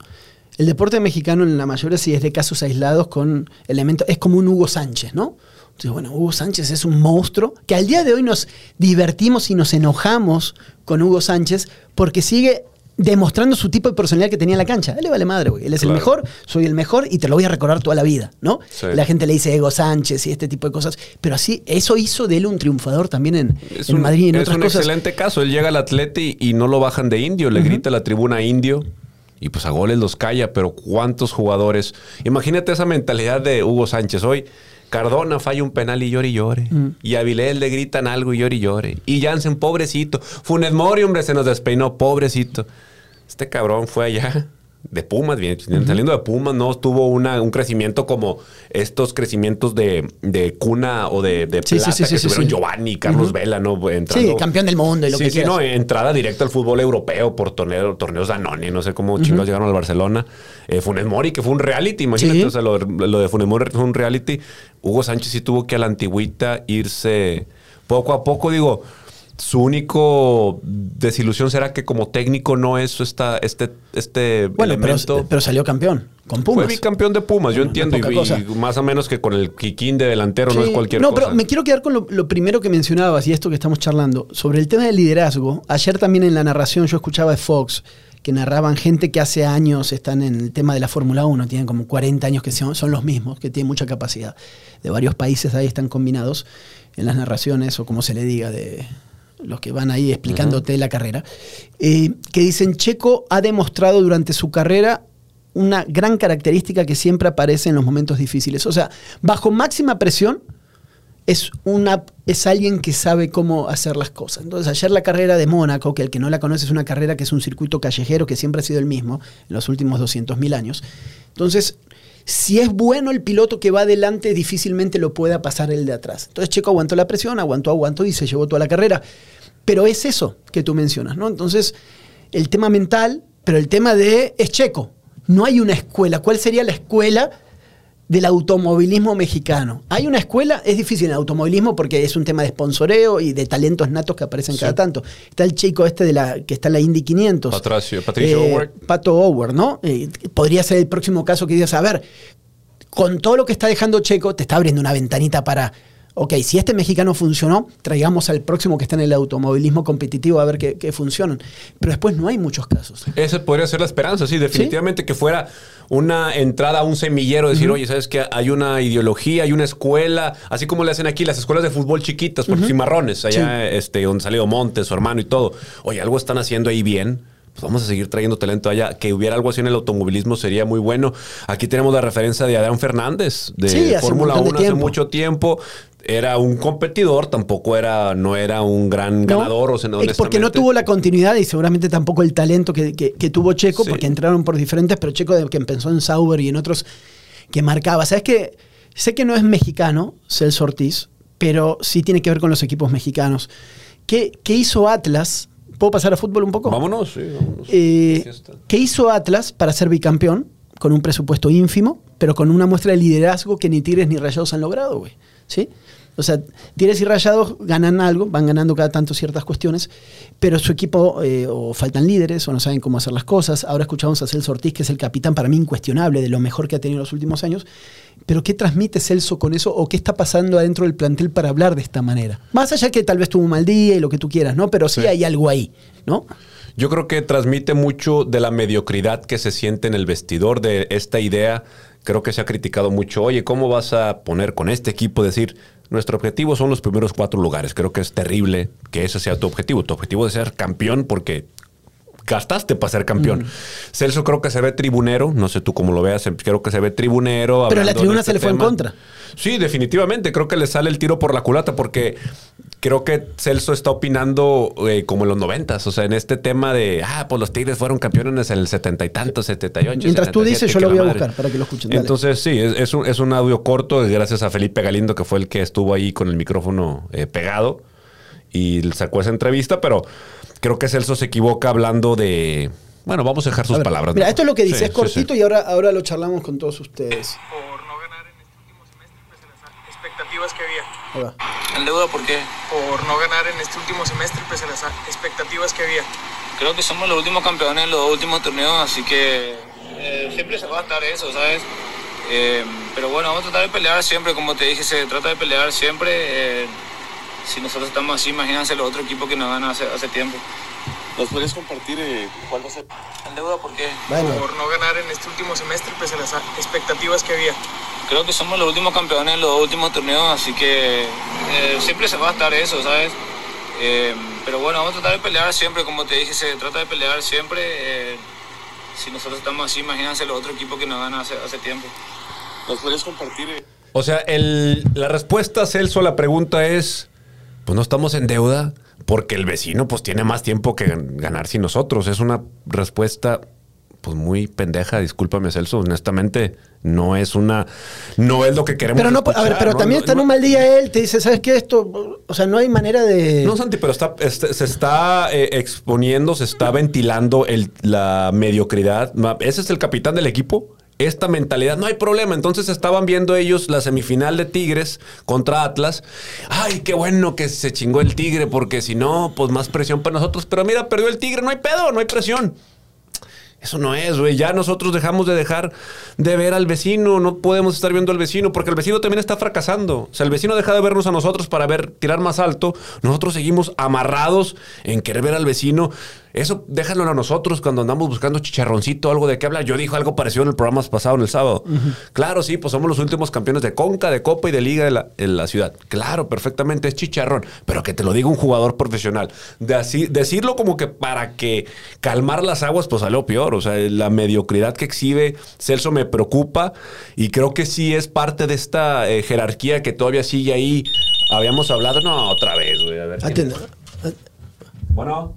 El deporte mexicano en la mayoría sí es de casos aislados con elementos. Es como un Hugo Sánchez, ¿no? Entonces, bueno, Hugo Sánchez es un monstruo que al día de hoy nos divertimos y nos enojamos con Hugo Sánchez porque sigue demostrando su tipo de personalidad que tenía en la cancha. A él le vale madre, güey. Él es Claro. el mejor, soy el mejor y te lo voy a recordar toda la vida, ¿no? Sí. La gente le dice Ego Sánchez y este tipo de cosas. Pero así, eso hizo de él un triunfador también en, Es en un, Madrid y en es otras un cosas. excelente caso. Él llega al Atleti y no lo bajan de indio. Le grita a la tribuna indio y pues a goles los calla. Pero ¿cuántos jugadores? Imagínate esa mentalidad de Hugo Sánchez. Hoy Cardona falla un penal y llore y llore. Y a Avilés le gritan algo y llore y llore. Y Jansen, pobrecito. Funes Mori, hombre, se nos despeinó. Pobrecito. Este cabrón fue allá de Pumas, bien, saliendo de Pumas, no tuvo una, un crecimiento como estos crecimientos de, de cuna o de, de Sí, sí, plata sí, sí, que sí, tuvieron sí. Giovanni, Carlos Ujú. Vela, ¿no? Entrando, Sí, campeón del mundo y lo sí, que sí, quieras. no, entrada directa al fútbol europeo por torneo, torneos Danone, no sé cómo chingados llegaron al Barcelona. Eh, Funes Mori, que fue un reality, imagínate, Sí. o sea, lo, lo de Funes Mori fue un reality. Hugo Sánchez sí tuvo que a la antigüita irse poco a poco, digo. Su único desilusión será que como técnico no es esta, este, este Bueno, pero, elemento. pero salió campeón con Pumas. Fue bicampeón de Pumas, yo Bueno, entiendo. no es Y, poca y cosa. más o menos que con el Kikín de delantero no Sí. es cualquier no, cosa. pero me quiero quedar con lo, lo primero que mencionabas y esto que estamos charlando. Sobre el tema del liderazgo. Ayer también en la narración yo escuchaba de Fox que narraban gente que hace años están en el tema de la Fórmula uno, tienen como cuarenta años que son, son los mismos, que tienen mucha capacidad. De varios países ahí están combinados en las narraciones o como se le diga de los que van ahí explicándote uh-huh. la carrera, eh, que dicen Checo ha demostrado durante su carrera una gran característica que siempre aparece en los momentos difíciles. O sea, bajo máxima presión es, una, es alguien que sabe cómo hacer las cosas. Entonces, ayer la carrera de Mónaco, que el que no la conoce es una carrera que es un circuito callejero que siempre ha sido el mismo en los últimos doscientos mil años. Entonces, si es bueno el piloto que va adelante, difícilmente lo pueda pasar el de atrás. Entonces Checo aguantó la presión, aguantó, aguantó y se llevó toda la carrera. Pero es eso que tú mencionas, ¿no? Entonces, el tema mental, pero el tema de... Es Checo. No hay una escuela. ¿Cuál sería la escuela del automovilismo mexicano? ¿Hay una escuela? Es difícil en el automovilismo porque es un tema de sponsoreo y de talentos natos que aparecen sí. cada tanto. Está el chico este de la que está en la Indy quinientos. Patricio, Patricio eh, Howard. Pato Howard, ¿no? Eh, podría ser el próximo caso que digas, a ver, con todo lo que está dejando Checo, te está abriendo una ventanita para... Ok, si este mexicano funcionó, traigamos al próximo que está en el automovilismo competitivo a ver qué, qué funcionan. Pero después no hay muchos casos. Esa podría ser la esperanza, sí, definitivamente ¿sí? que fuera una entrada a un semillero, decir, uh-huh. oye, ¿sabes qué? Hay una ideología, hay una escuela, así como le hacen aquí las escuelas de fútbol chiquitas, por uh-huh. cimarrones, allá sí. este, donde salió Montes, su hermano y todo. Oye, algo están haciendo ahí bien. Pues vamos a seguir trayendo talento allá. Que hubiera algo así en el automovilismo sería muy bueno. Aquí tenemos la referencia de Adrián Fernández, de sí, Fórmula uno hace mucho tiempo. Era un competidor, tampoco era, no era un gran ganador. No, o sea, no, porque no tuvo la continuidad y seguramente tampoco el talento que, que, que tuvo Checo, sí. porque entraron por diferentes, pero Checo que empezó en Sauber y en otros que marcaba. ¿Sabes qué? Sé que no es mexicano, Celso Ortiz, pero sí tiene que ver con los equipos mexicanos. ¿Qué, qué hizo Atlas? ¿Puedo pasar a fútbol un poco? Vámonos, sí, vámonos. Eh, ¿Qué hizo Atlas para ser bicampeón? Con un presupuesto ínfimo, pero con una muestra de liderazgo que ni Tigres ni Rayados han logrado, güey. ¿Sí? O sea, Tigres y Rayados ganan algo, van ganando cada tanto ciertas cuestiones, pero su equipo eh, o faltan líderes o no saben cómo hacer las cosas. Ahora escuchamos a Celso Ortiz, que es el capitán para mí incuestionable de lo mejor que ha tenido en los últimos años. Pero ¿qué transmite Celso con eso? ¿O qué está pasando adentro del plantel para hablar de esta manera? Más allá que tal vez tuvo un mal día y lo que tú quieras, ¿no? Pero sí, sí. hay algo ahí, ¿no? Yo creo que transmite mucho de la mediocridad que se siente en el vestidor de esta idea. Creo que se ha criticado mucho. Oye, ¿cómo vas a poner con este equipo? Decir, nuestro objetivo son los primeros cuatro lugares. Creo que es terrible que ese sea tu objetivo. Tu objetivo es ser campeón porque gastaste para ser campeón. Mm. Celso creo que se ve tribunero. No sé tú cómo lo veas. Creo que se ve tribunero. Pero la tribuna este se le fue tema. en contra. Sí, definitivamente. Creo que le sale el tiro por la culata porque creo que Celso está opinando eh, como en los noventas. O sea, en este tema de, ah, pues los Tigres fueron campeones en el setenta y tanto, setenta y ocho. Mientras setenta y siete, tú dices, yo lo voy a madre. buscar para que lo escuchen. Dale. Entonces, sí, es, es, un, es un audio corto gracias a Felipe Galindo, que fue el que estuvo ahí con el micrófono eh, pegado y sacó esa entrevista, pero creo que Celso se equivoca hablando de... Bueno, vamos a dejar sus a ver, palabras. Mira, ¿no? esto es lo que dice, sí, es cortito sí, sí. y ahora, ahora lo charlamos con todos ustedes. Por no ganar en este último semestre, pese a las expectativas que había. Ahí va. ¿En deuda por qué? Por no ganar en este último semestre, pese a las expectativas que había. Creo que somos los últimos campeones en los dos últimos torneos, así que eh, siempre se va a estar eso, ¿sabes? Eh, pero bueno, vamos a tratar de pelear siempre, como te dije, se trata de pelear siempre. Eh, si nosotros estamos así, imagínense los otros equipos que nos ganan hace, hace tiempo. ¿Nos puedes compartir eh, cuál va a ser? ¿En deuda por qué? Bueno. Por no ganar en este último semestre, pese a las expectativas que había. Creo que somos los últimos campeones en los dos últimos torneos, así que eh, siempre se va a estar eso, ¿sabes? Eh, pero bueno, vamos a tratar de pelear siempre, como te dije, se trata de pelear siempre. Eh, si nosotros estamos así, imagínense los otros equipos que nos ganan hace, hace tiempo. ¿Nos puedes compartir? Eh? O sea, el, la respuesta, Celso, a la pregunta es, pues no estamos en deuda porque el vecino pues tiene más tiempo que ganar sin nosotros. Es una respuesta pues muy pendeja, discúlpame, Celso, honestamente no es una, no es lo que queremos pero no, escuchar, a ver, pero ¿no? también no, está en no, un mal día él, te dice, ¿sabes qué? Esto, o sea, no hay manera de... No, Santi, pero está, este, se está eh, exponiendo, se está ventilando el, la mediocridad. Ese es el capitán del equipo. Esta mentalidad, no hay problema. Entonces estaban viendo ellos la semifinal de Tigres contra Atlas. Ay, qué bueno que se chingó el Tigre, porque si no, pues más presión para nosotros. Pero mira, perdió el Tigre, no hay pedo, no hay presión. Eso no es, güey. Ya nosotros dejamos de dejar de ver al vecino. No podemos estar viendo al vecino porque el vecino también está fracasando. O sea, el vecino deja de vernos a nosotros para ver tirar más alto. Nosotros seguimos amarrados en querer ver al vecino. Eso déjalo a nosotros cuando andamos buscando chicharroncito, algo de qué hablar. Yo dije algo parecido en el programa pasado, en el sábado. Uh-huh. Claro, sí, pues somos los últimos campeones de Conca, de Copa y de Liga de la, en la ciudad. Claro, perfectamente, es chicharrón. Pero que te lo diga un jugador profesional. De así, decirlo como que para que calmar las aguas, pues salió peor. O sea, la mediocridad que exhibe Celso me preocupa. Y creo que sí es parte de esta eh, jerarquía que todavía sigue ahí. Habíamos hablado, no, otra vez, güey. A ver. Atienda. Bueno.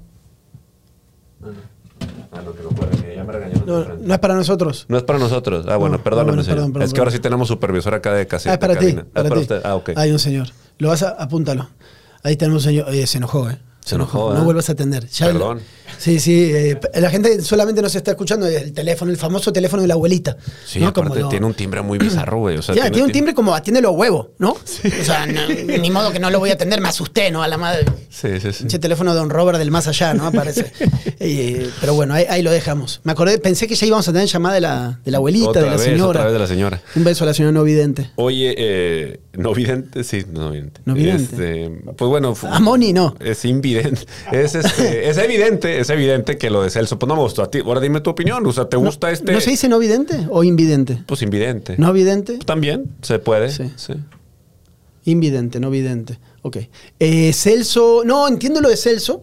Ah, no, que no puede, que ya me regañó. No, no es para nosotros. No es para nosotros. Ah, bueno, no, perdóname, bueno, señor. perdón, perdón, es que perdón. ahora sí tenemos supervisor acá de caseta. Ah, es para ti. Para ah, para ti. usted. Ah, ok. Hay un señor. Lo vas a, apúntalo. Ahí tenemos un señor. Oye, se enojó, ¿eh? Se enojó, No ¿eh? vuelvas a atender. Ya Perdón. Sí, sí. Eh, la gente solamente nos está escuchando el teléfono, el famoso teléfono de la abuelita. Sí, ¿no? aparte Como lo- tiene un timbre muy bizarro, güey. O sea, Ya, tiene un tim- timbre como atiéndelo a huevo, ¿no? O sea, no, ni modo que no lo voy a atender, me asusté, ¿no? A la madre. Sí, sí, sí. Pinche teléfono de Don Robert del más allá, ¿no? Aparece. Eh, pero bueno, ahí, ahí lo dejamos. Me acordé, pensé que ya íbamos a tener llamada de la, de la abuelita, Otra de la vez, señora. otra vez de la señora. Un beso a la señora no vidente. Oye, eh, ¿no vidente? Sí, no vidente. No vidente. Este, pues bueno. fu- A Moni no. Es invidente. Es, este, es evidente, es evidente que lo de Celso, pues no me gustó a ti. Ahora dime tu opinión. O sea, ¿te gusta no, este? ¿No se dice no vidente o invidente? Pues invidente. ¿No vidente? También se puede. Sí. Sí. Invidente, no vidente. Ok. Eh, Celso. No, entiendo lo de Celso.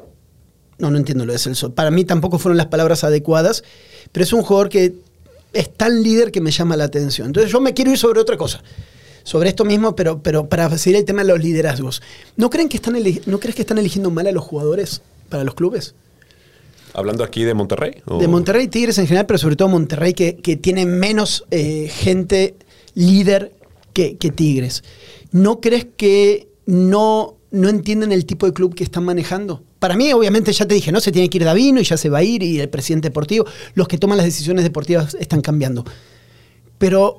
No, no entiendo lo de Celso. Para mí tampoco fueron las palabras adecuadas, pero es un jugador que es tan líder que me llama la atención. Entonces yo me quiero ir sobre otra cosa. Sobre esto mismo, pero, pero para seguir el tema de los liderazgos. ¿No creen que están eli- ¿No crees que están eligiendo mal a los jugadores para los clubes? Hablando aquí de Monterrey. ¿o? De Monterrey, Tigres en general, pero sobre todo Monterrey, que, que tiene menos eh, gente líder que, que Tigres. ¿No crees que no, no entienden el tipo de club que están manejando? Para mí, obviamente, ya te dije, ¿no? Se tiene que ir Davino y ya se va a ir, y el presidente deportivo. Los que toman las decisiones deportivas están cambiando. Pero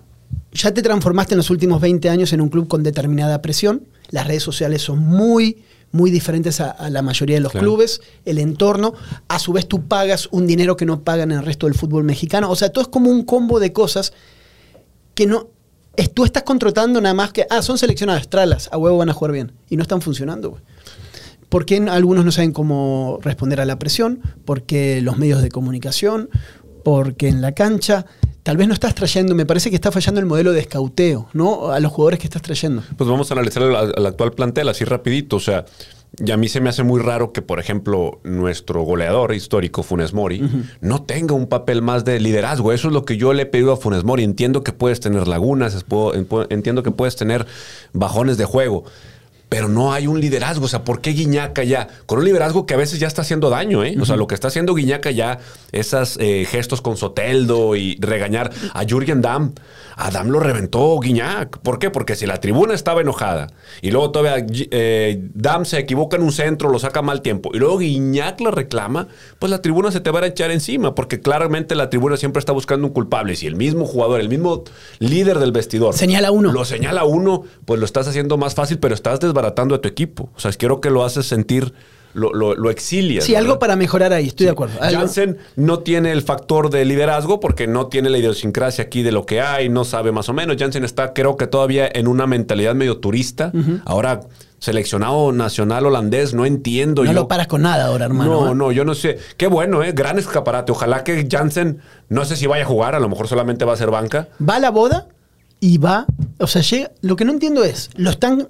ya te transformaste en los últimos veinte años en un club con determinada presión. Las redes sociales son muy, muy diferentes a, a la mayoría de los Claro. clubes. El entorno. A su vez, tú pagas un dinero que no pagan en el resto del fútbol mexicano. O sea, todo es como un combo de cosas que no... Es, tú estás contratando nada más que... Ah, son seleccionadas, tralas, a huevo van a jugar bien. Y no están funcionando, güey. ¿Por qué algunos no saben cómo responder a la presión? Porque los medios de comunicación, porque en la cancha tal vez no estás trayendo, me parece que está fallando el modelo de escauteo, ¿no? A los jugadores que estás trayendo. Pues vamos a analizar al, al actual plantel así rapidito. O sea, y a mí se me hace muy raro que, por ejemplo, nuestro goleador histórico, Funes Mori, uh-huh. no tenga un papel más de liderazgo. Eso es lo que yo le he pedido a Funes Mori. Entiendo que puedes tener lagunas, entiendo que puedes tener bajones de juego, pero no hay un liderazgo. O sea, ¿por qué Guiñac ya? Con un liderazgo que a veces ya está haciendo daño, ¿eh? Uh-huh. O sea, lo que está haciendo Guiñac ya, esos eh, gestos con Soteldo y regañar a Jürgen Damm. A Damm lo reventó Guiñac. ¿Por qué? Porque si la tribuna estaba enojada y luego todavía eh, Damm se equivoca en un centro, lo saca mal tiempo y luego Guiñac la reclama, pues la tribuna se te va a echar encima, porque claramente la tribuna siempre está buscando un culpable. Si el mismo jugador, el mismo líder del vestidor señala uno. Lo señala uno, pues lo estás haciendo más fácil, pero estás desbaratando a tu equipo. O sea, quiero que lo haces sentir... Lo, lo, lo exilias. Sí, ¿verdad? Algo para mejorar ahí, estoy sí. de acuerdo. ¿Algo? Jansen no tiene el factor de liderazgo porque no tiene la idiosincrasia aquí de lo que hay, no sabe más o menos. Jansen está, creo que todavía en una mentalidad medio turista. Uh-huh. Ahora, seleccionado nacional holandés, no entiendo. No yo. lo paras con nada ahora, hermano. No, ¿eh? no, yo no sé. Qué bueno, ¿eh? Gran escaparate. Ojalá que Jansen, no sé si vaya a jugar, a lo mejor solamente va a ser banca. Va a la boda y va, o sea, llega, lo que no entiendo es, lo están...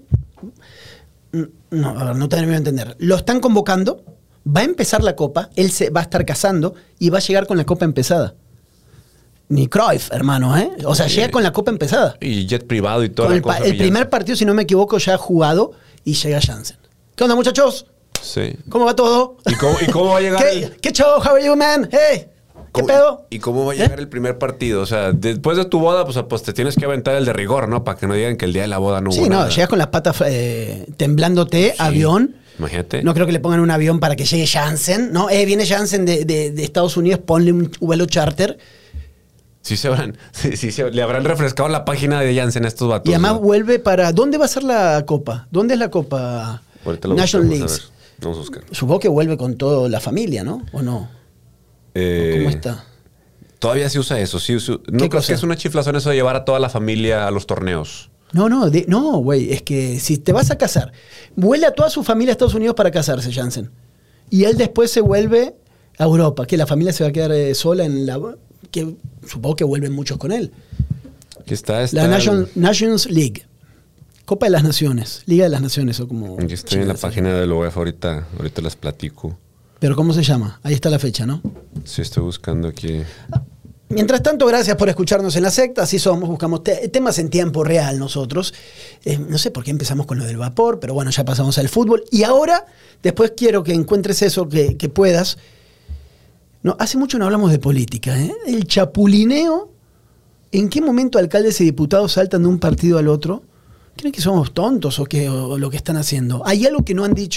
No, a ver, no termino de entender. Lo están convocando, va a empezar la copa, él se va a estar casando y va a llegar con la copa empezada. Ni Cruyff, hermano, ¿eh? O sea, sí. llega con la copa empezada. Y jet privado y todo. El, cosa el primer partido, si no me equivoco, ya ha jugado y llega Jansen. ¿Qué onda, muchachos? Sí. ¿Cómo va todo? ¿Y cómo, y cómo va a llegar? ¿Qué, el... ¿Qué show? How are you, man? Hey. ¿Qué pedo? ¿Y cómo va a llegar ¿Eh? el primer partido? O sea, después de tu boda, pues, pues te tienes que aventar el de rigor, ¿no? Para que no digan que el día de la boda no hubo Sí, no, nada. llegas con las patas eh, temblándote, sí. avión. Imagínate. No creo que le pongan un avión para que llegue Jansen, ¿no? Eh, viene Jansen de, de, de Estados Unidos, ponle un vuelo charter. Sí, se habrán, sí, sí se, le habrán refrescado la página de Jansen a estos vatos. Y además ¿no? vuelve para... ¿Dónde va a ser la copa? ¿Dónde es la copa? National League. Vamos a buscar. Supongo que vuelve con toda la familia, ¿no? ¿O no? Eh, ¿Cómo está? Todavía se usa eso. Sí, sí. No creo que es una chiflazón eso de llevar a toda la familia a los torneos. No, no, de, no, güey. Es que si te vas a casar, vuela a toda su familia a Estados Unidos para casarse, Jansen. Y él después se vuelve a Europa. Que la familia se va a quedar eh, sola en la... que supongo que vuelven muchos con él. Aquí está, está la Nation, Nations League. Copa de las Naciones. Liga de las Naciones o como... Aquí estoy en la página de la UEFA ahorita. Ahorita las platico. ¿Pero cómo se llama? Ahí está la fecha, ¿no? Sí, estoy buscando aquí... Mientras tanto, gracias por escucharnos en la secta. Así somos, buscamos te temas en tiempo real nosotros. Eh, no sé por qué empezamos con lo del vapor, pero bueno, ya pasamos al fútbol. Y ahora, después quiero que encuentres eso que, que puedas. No, hace mucho no hablamos de política, ¿eh? El chapulineo. ¿En qué momento alcaldes y diputados saltan de un partido al otro? ¿Creen que somos tontos o, qué, o lo que están haciendo? Hay algo que no han dicho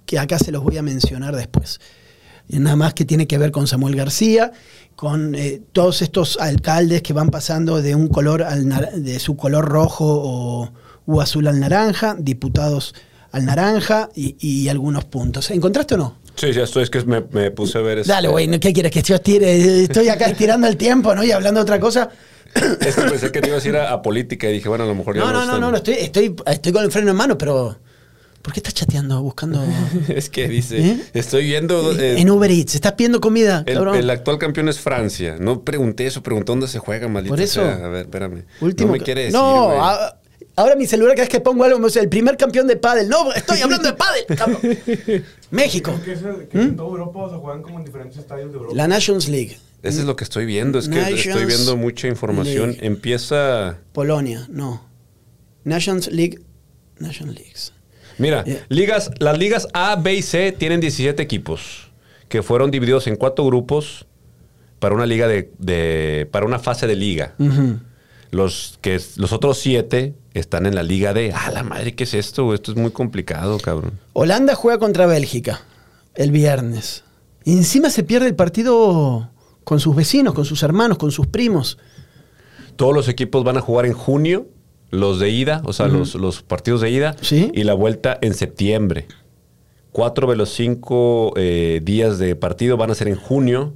que acá se los voy a mencionar después. Y nada más que tiene que ver con Samuel García, con eh, todos estos alcaldes que van pasando de un color al nar- de su color rojo o, o azul al naranja, diputados al naranja y, y algunos puntos. ¿Encontraste o no? Sí, ya estoy, es que me, me puse a ver eso. Dale, güey, ¿qué quieres que yo estire? Estoy acá estirando el tiempo, ¿no? Y hablando de otra cosa. Es que pensé que te ibas a ir a, a política y dije, bueno, a lo mejor ya No, no no, no, están- no, no, estoy, estoy, estoy con el freno en mano, pero ¿por qué estás chateando, buscando Es que dice, ¿Eh? estoy viendo... eh, en Uber Eats? ¿Estás pidiendo comida, el, cabrón? el actual campeón es Francia. No pregunté eso, pregunté dónde se juega, maldita Por eso. sea. A ver, espérame. Último no me que- quiere decir, No, güey. a- ahora mi celular cada vez que pongo algo me dice el primer campeón de pádel. No, estoy hablando de pádel, cabrón. México. Que, es, que en toda Europa se juegan como en diferentes estadios de Europa. La Nations League. Eso es lo que estoy viendo. Es que Nations estoy viendo mucha información. League. Empieza... Polonia, no. Nations League. Nations Leagues. Mira, Yeah. ligas, las ligas A, B y C tienen diecisiete equipos que fueron divididos en cuatro grupos para una liga de, de para una fase de liga. Ujú. Los que los otros siete están en la liga D. Ah, la madre, ¿qué es esto, güey? Esto es muy complicado, cabrón. Holanda juega contra Bélgica el viernes. Y encima se pierde el partido con sus vecinos, con sus hermanos, con sus primos. Todos los equipos van a jugar en junio, los de ida, o sea, los, los partidos de ida, Sí. y la vuelta en septiembre. Cuatro de los cinco eh, días de partido van a ser en junio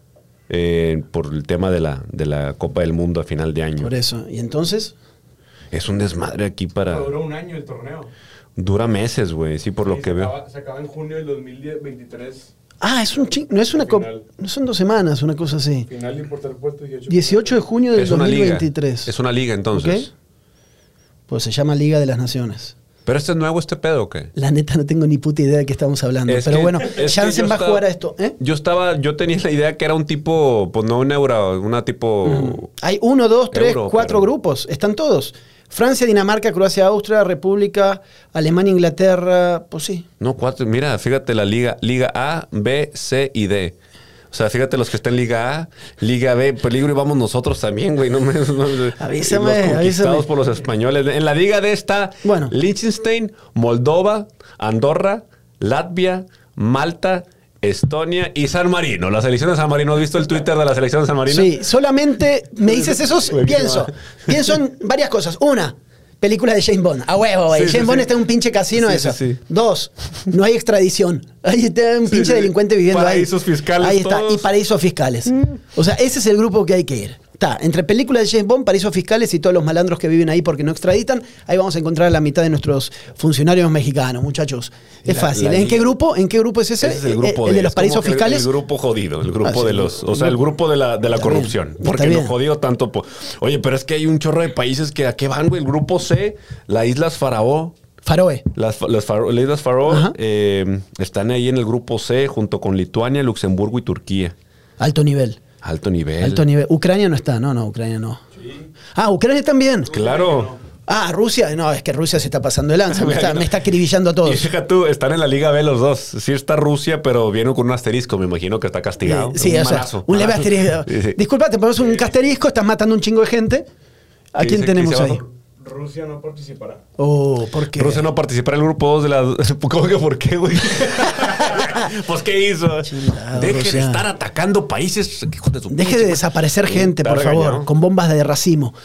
eh, por el tema de la, de la Copa del Mundo a final de año. Por eso. Y entonces, Es un desmadre aquí para... Pero duró un año el torneo. Dura meses, güey, sí, por lo Sí, que se veo. acaba- se acaba en junio del dos mil veintitrés. ah, es un ching, no es una copa, Final. no son dos semanas, una cosa así. Final de importar puerto dieciocho. dieciocho de junio del Es una liga. dos mil veintitrés. Es una liga, entonces. Ok. Pues se llama Liga de las Naciones. ¿Pero este es nuevo, este pedo o qué? La neta no tengo ni puta idea de qué estamos hablando. Es pero que- bueno, es que Jansen yo va a estaba- jugar a esto. ¿eh? Yo estaba, yo tenía la idea que era un tipo, pues no un euro, una tipo... Hay uno, dos, tres, Euro, cuatro pero- grupos. Están todos. Francia, Dinamarca, Croacia, Austria, República, Alemania, Inglaterra. Pues sí. No, cuatro. Mira, fíjate la liga. Liga A, B, C y D. O sea, fíjate los que están en Liga A, Liga B, peligro y vamos nosotros también, güey. No me, no, Avísame, los conquistados avísame. por los españoles. En la Liga D está Bueno. Liechtenstein, Moldova, Andorra, Latvia, Malta, Estonia y San Marino. La selección de San Marino. ¿Has visto el Twitter de la selección de San Marino? Sí, solamente me dices eso, Güey, qué pienso. va. Pienso en varias cosas. Una, película de James Bond. A huevo, güey. Sí, sí, James Bond sí. está en un pinche casino, Sí, eso. sí, sí. Dos, no hay extradición. Ahí está un Sí, pinche sí. delincuente viviendo Paraísos ahí. fiscales Ahí está, todos. y paraísos fiscales. O sea, ese es el grupo que hay que ir. Está, entre películas de James Bond, paraísos fiscales y todos los malandros que viven ahí porque no extraditan, ahí vamos a encontrar a la mitad de nuestros funcionarios mexicanos, muchachos. Es La- fácil. la ¿En qué liga- grupo? ¿En qué grupo es ese? Ese es el grupo el de los es como paraísos que el- fiscales. El grupo jodido, el grupo Ah, sí, de los, o sea, el el grupo de la, de la Está bien, corrupción. está Porque bien. lo jodido tanto. po- Oye, pero es que hay un chorro de países que a qué van, güey. El grupo C, las Islas Faraó, Faroe. las, las, Faro- las Islas Faraó Ajá. eh, están ahí en el grupo C junto con Lituania, Luxemburgo y Turquía. Alto nivel. Alto nivel. Alto nivel. Ucrania no está, no, no, Ucrania no. Ah, Ucrania también. Claro. Ah, Rusia, no, es que Rusia se está pasando de lanza, me Mira, está, no. me está acribillando a Y todos. fíjate tú, están en la Liga B los dos. Sí está Rusia, pero viene con un asterisco. Me imagino que está castigado. Eh, sí, un o sea, manazo, un leve manazo. asterisco. Sí, sí. Disculpa, te pones un asterisco, estás matando un chingo de gente. ¿A ¿Qué quién dice- tenemos qué ahí? dice abajo? Rusia no participará. Oh, ¿por qué? Rusia no participará en el grupo dos de la... ¿Cómo que por qué, güey? Pues, ¿qué hizo? Chingado, Deje de Rusia. estar atacando países. Hijo de su Deje pinche de madre. desaparecer gente, Está por favor, regañado. con bombas de racimo.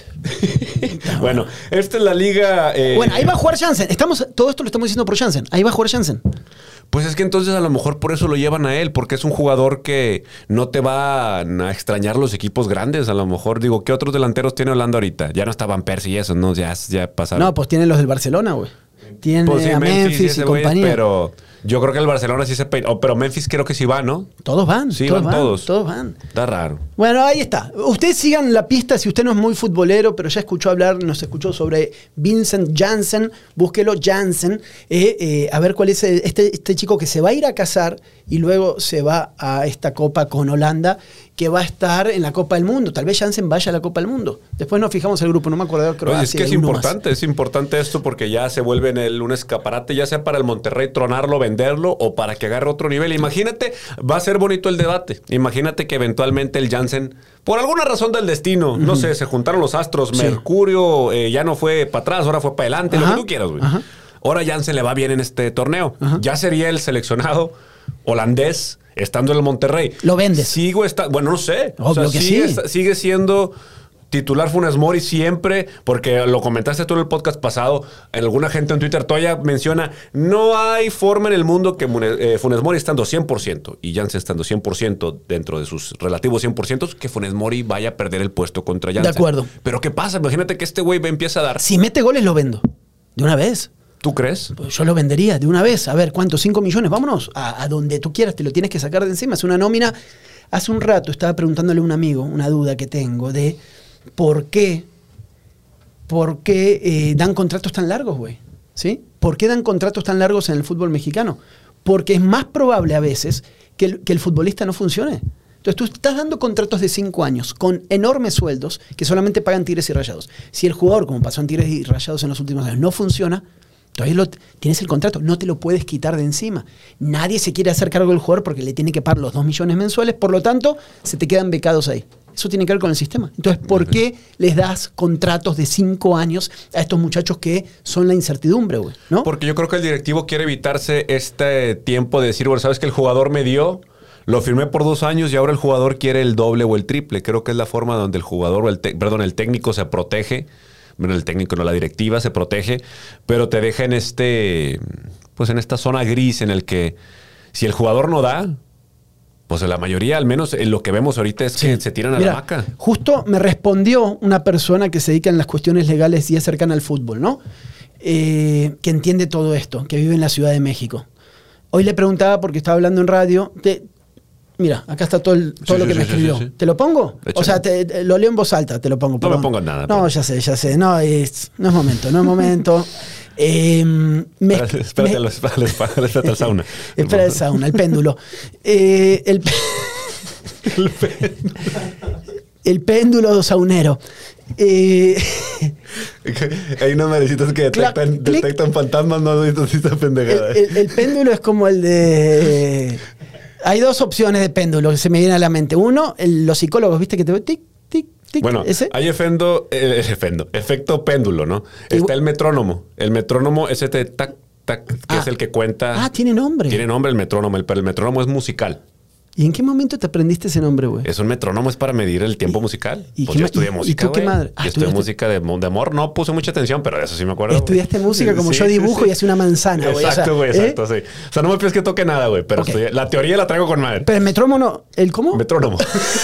Bueno, esta es la liga... eh, Bueno, ahí va a jugar Jansen. Estamos, todo esto lo estamos diciendo por Jansen. Ahí va a jugar Jansen. Pues es que entonces a lo mejor por eso lo llevan a él, porque es un jugador que no te va a extrañar los equipos grandes. A lo mejor, digo, ¿qué otros delanteros tiene Holanda ahorita? Ya no está Van Persie y eso, ¿no? Ya, ya pasaron. No, pues tienen los del Barcelona, güey. Tiene Pues sí, a Memphis, y ese güey, compañía. pero yo creo que el Barcelona sí se peina. Oh, pero Memphis creo que sí va, ¿no? Todos van, Sí, todos van van, todos. todos van. Está raro. Bueno, ahí está. Ustedes sigan la pista si usted no es muy futbolero, pero ya escuchó hablar, nos escuchó sobre Vincent Janssen. Búsquelo, Janssen. eh, eh, a ver cuál es el- este, este chico que se va a ir a casar y luego se va a esta Copa con Holanda, que va a estar en la Copa del Mundo. Tal vez Janssen vaya a la Copa del Mundo. Después nos fijamos el grupo, no me acuerdo de Croacia. Oye, es que es y uno más. importante, es importante esto porque ya se vuelve en el, un escaparate, ya sea para el Monterrey tronarlo, venderlo o para que agarre otro nivel. Imagínate, va a ser bonito el debate. Imagínate que eventualmente el Janssen, por alguna razón del destino, no sé, se juntaron los astros, Sí. Mercurio eh, ya no fue para atrás, ahora fue para adelante, lo Ajá, que tú quieras, güey. ajá. ahora Jansen le va bien en este torneo. Ajá. Ya sería el seleccionado holandés estando en el Monterrey. ¿Lo vendes? Sigo esta, bueno, no sé. Obvio o sea, que sigue, sí. sigue siendo titular Funes Mori siempre, porque lo comentaste tú en el podcast pasado. Alguna gente en Twitter todavía menciona, no hay forma en el mundo que Mune- eh, Funes Mori estando cien por ciento y Jansen estando cien por ciento dentro de sus relativos cien por ciento, que Funes Mori vaya a perder el puesto contra Jansen. De acuerdo. Pero ¿qué pasa? Imagínate que este güey empieza a dar. Si mete goles, lo vendo. De una vez. ¿Tú crees? Pues yo lo vendería de una vez. A ver, ¿cuánto? ¿Cinco millones? Vámonos. A, a donde tú quieras, te lo tienes que sacar de encima. Es una nómina. Hace un rato estaba preguntándole a un amigo una duda que tengo de por qué, por qué eh, dan contratos tan largos, güey. ¿Sí? ¿Por qué dan contratos tan largos en el fútbol mexicano? Porque es más probable a veces que el, que el futbolista no funcione. Entonces tú estás dando contratos de cinco años con enormes sueldos que solamente pagan Tigres y Rayados. Si el jugador, como pasó en Tigres y Rayados en los últimos años, no funciona, todavía lo, tienes el contrato, no te lo puedes quitar de encima. Nadie se quiere hacer cargo del jugador porque le tiene que pagar los dos millones mensuales, por lo tanto, se te quedan becados ahí. Eso tiene que ver con el sistema. Entonces, ¿por qué les das contratos de cinco años a estos muchachos que son la incertidumbre, güey? ¿No? Porque yo creo que el directivo quiere evitarse este tiempo de decir, bueno, sabes que el jugador me dio, lo firmé por dos años y ahora el jugador quiere el doble o el triple. Creo que es la forma donde el jugador o el, te- perdón, el técnico se protege. Bueno, el técnico no, la directiva se protege, pero te deja en este, pues en esta zona gris en el que si el jugador no da, pues la mayoría, al menos en lo que vemos ahorita, es que se tiran a Mira, la maca. Justo me respondió una persona que se dedica en las cuestiones legales y es cercana al fútbol, ¿no? Eh, que entiende todo esto, que vive en la Ciudad de México. Hoy le preguntaba, porque estaba hablando en radio, te- mira, acá está todo, el- todo Sí, lo sí, que sí, me sí, escribió. sí, sí. ¿Te lo pongo? Échale. O sea, te- te- lo leo en voz alta, te lo pongo. No perdón. me pongas nada, No, perdón. ya sé, ya sé. No es, no es momento, no es momento. Eh, me- Espérate, espérate, me- al- espérate, espérate, espérate al sauna. Espera el sauna, el péndulo. Eh, el, el péndulo saunero. Eh, Hay unas madrecitas que detectan, Clac, clic. detectan fantasmas, no has visto esta el, pendejada. el- el péndulo es como el de... Hay dos opciones de péndulo que se me vienen a la mente. Uno, el- los psicólogos, ¿viste? Que te tic, tic, tic. Bueno, ese. hay efendo, eh, efendo, efecto péndulo, ¿no? Está Igual- el metrónomo. El metrónomo es este tac, tac, que Ah. es el que cuenta. Ah, tiene nombre. Tiene nombre el metrónomo, el- pero el metrónomo es musical. ¿Y en qué momento te aprendiste ese nombre, güey? Es un metrónomo, es para medir el tiempo musical. y Pues qué yo ma- estudié y- y música, tú qué güey. madre? Ah, Yo estudié estudiaste- música de, de amor. No puse mucha atención, pero de eso sí me acuerdo. güey. Estudiaste música como Sí, yo sí, dibujo sí. y hace una manzana, güey. O sea, Exacto, güey, ¿eh? exacto, sí. O sea, no me pides que toque nada, güey, pero Ok. estudié- la teoría la traigo con madre. Pero el metrónomo, ¿el cómo? Metrónomo.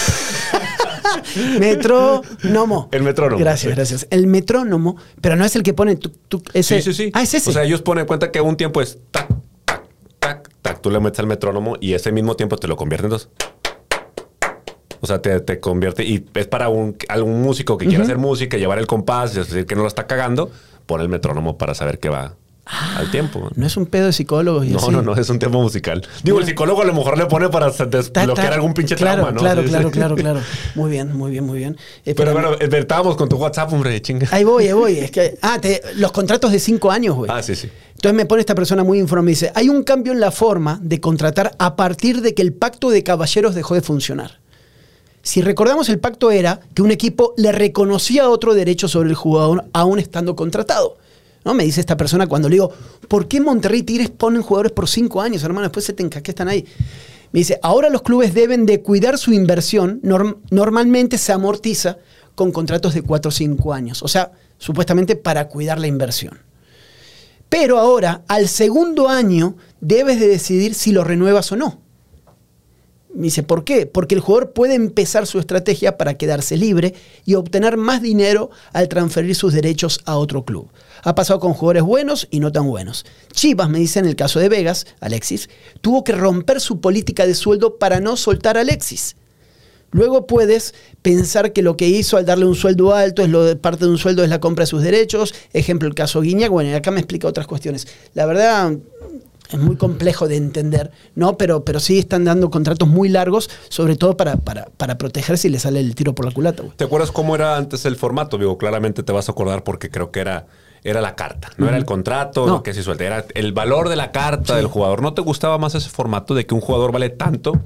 Metrónomo. El metrónomo, Gracias, sí. gracias. El metrónomo, pero no es el que pone tu, tu- ese. Sí, sí, sí. Ah, es ese. O sea, ellos ponen en cuenta que un tiempo es tac, tac, tac, tac. Tú le metes al metrónomo y ese mismo tiempo te lo convierte en dos. O sea, te, te convierte. Y es para un, algún músico que quiera hacer música, llevar el compás, es decir, que no lo está cagando, pone el metrónomo para saber que va al tiempo. no es un pedo de psicólogos y No, así. no, no, es un tema musical. Digo, el psicólogo a lo mejor le pone para Ta- desbloquear ta- algún pinche claro, trauma, ¿no? Claro, Sí, claro, sí. claro, claro. Muy bien, muy bien, muy bien. Eh, Pero pero- bueno, eh, estábamos con tu WhatsApp, hombre, chinga. Ahí voy, ahí voy. Es que, ah, te- los contratos de cinco años, güey. Ah, sí, sí. Entonces me pone esta persona muy informada y dice, hay un cambio en la forma de contratar a partir de que el pacto de caballeros dejó de funcionar. Si recordamos, el pacto era que un equipo le reconocía otro derecho sobre el jugador aún estando contratado. ¿No? Me dice esta persona cuando le digo, ¿por qué Monterrey y Tigres ponen jugadores por cinco años, hermano? Después se te están ahí. Me dice, ahora los clubes deben de cuidar su inversión. Norm- normalmente se amortiza con contratos de cuatro o cinco años. O sea, supuestamente para cuidar la inversión. Pero ahora, al segundo año, debes de decidir si lo renuevas o no. Me dice, ¿por qué? Porque el jugador puede empezar su estrategia para quedarse libre y obtener más dinero al transferir sus derechos a otro club. Ha pasado con jugadores buenos y no tan buenos. Chivas, me dice en el caso de Vegas, Alexis, tuvo que romper su política de sueldo para no soltar a Alexis. Luego puedes pensar que lo que hizo al darle un sueldo alto, es lo de parte de un sueldo es la compra de sus derechos. Ejemplo, el caso Guiñac. Bueno, y acá me explica otras cuestiones. La verdad, es muy complejo de entender, ¿no? Pero, pero sí están dando contratos muy largos, sobre todo para, para, para proteger si le sale el tiro por la culata, güey. ¿Te acuerdas cómo era antes el formato? Digo, claramente te vas a acordar porque creo que era, era la carta. No era el contrato, No. lo que se suelta. Era el valor de la carta del jugador. ¿No te gustaba más ese formato de que un jugador vale tanto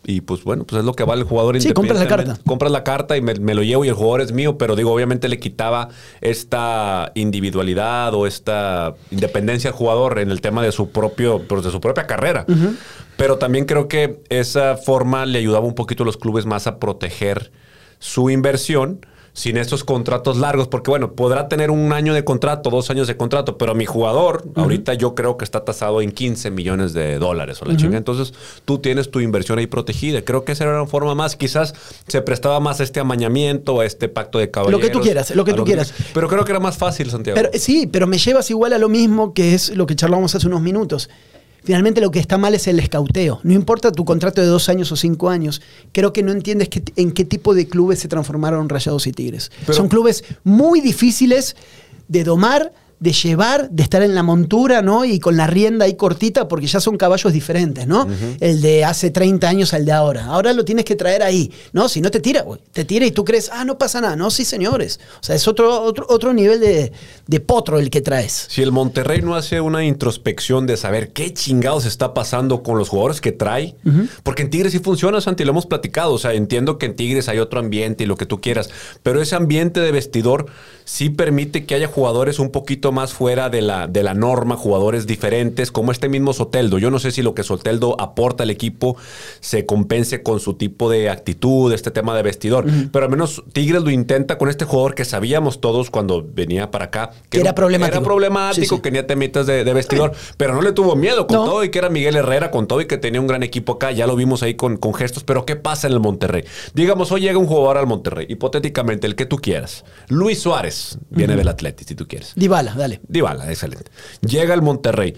Y pues bueno, pues es lo que vale el jugador Sí, compras la independientemente. carta. Compras la carta y me, me lo llevo y el jugador es mío, pero digo, obviamente le quitaba esta individualidad o esta independencia al jugador en el tema de su propio, pues de su propia carrera. Uh-huh. Pero también creo que esa forma le ayudaba un poquito a los clubes más a proteger su inversión sin estos contratos largos, porque bueno, podrá tener un año de contrato, dos años de contrato, pero mi jugador, uh-huh. ahorita yo creo que está tasado en quince millones de dólares o la uh-huh. chinga. Entonces, tú tienes tu inversión ahí protegida. Creo que esa era una forma más, quizás se prestaba más a este amañamiento, a este pacto de caballeros. Lo que tú quieras, lo que tú lo quieras. Que, pero creo que era más fácil, Santiago. Pero, sí, pero me llevas igual a lo mismo que es lo que charlábamos hace unos minutos. Finalmente lo que está mal es el escauteo. No importa tu contrato de dos años o cinco años. Creo que no entiendes que, en qué tipo de clubes se transformaron Rayados y Tigres. Pero, son clubes muy difíciles de domar, de llevar, de estar en la montura, ¿no? Y con la rienda ahí cortita, porque ya son caballos diferentes, ¿no? Uh-huh. El de hace treinta años al de ahora. Ahora lo tienes que traer ahí, ¿no? Si no te tira, güey. Te tira y tú crees, ah, no pasa nada. No, sí, señores. O sea, es otro, otro, otro nivel de, de potro el que traes. Si el Monterrey no hace una introspección de saber qué chingados está pasando con los jugadores que trae, uh-huh. porque en Tigres sí funciona, Santi, lo hemos platicado. O sea, entiendo que en Tigres hay otro ambiente y lo que tú quieras, pero ese ambiente de vestidor sí permite que haya jugadores un poquito más fuera de la, de la norma, jugadores diferentes, como este mismo Soteldo. Yo no sé si lo que Soteldo aporta al equipo se compense con su tipo de actitud, este tema de vestidor. Uh-huh. Pero al menos Tigres lo intenta con este jugador que sabíamos todos cuando venía para acá. Que era problemático. Era problemático, sí, sí. que tenía temitas de, de vestidor, Ay. pero no le tuvo miedo con no. todo y que era Miguel Herrera, con todo y que tenía un gran equipo acá. Ya lo vimos ahí con, con gestos. Pero ¿qué pasa en el Monterrey? Digamos, hoy llega un jugador al Monterrey, hipotéticamente, el que tú quieras. Luis Suárez viene uh-huh. del Atleti, si tú quieres. Dybala, dale. Dybala, excelente. Llega al Monterrey.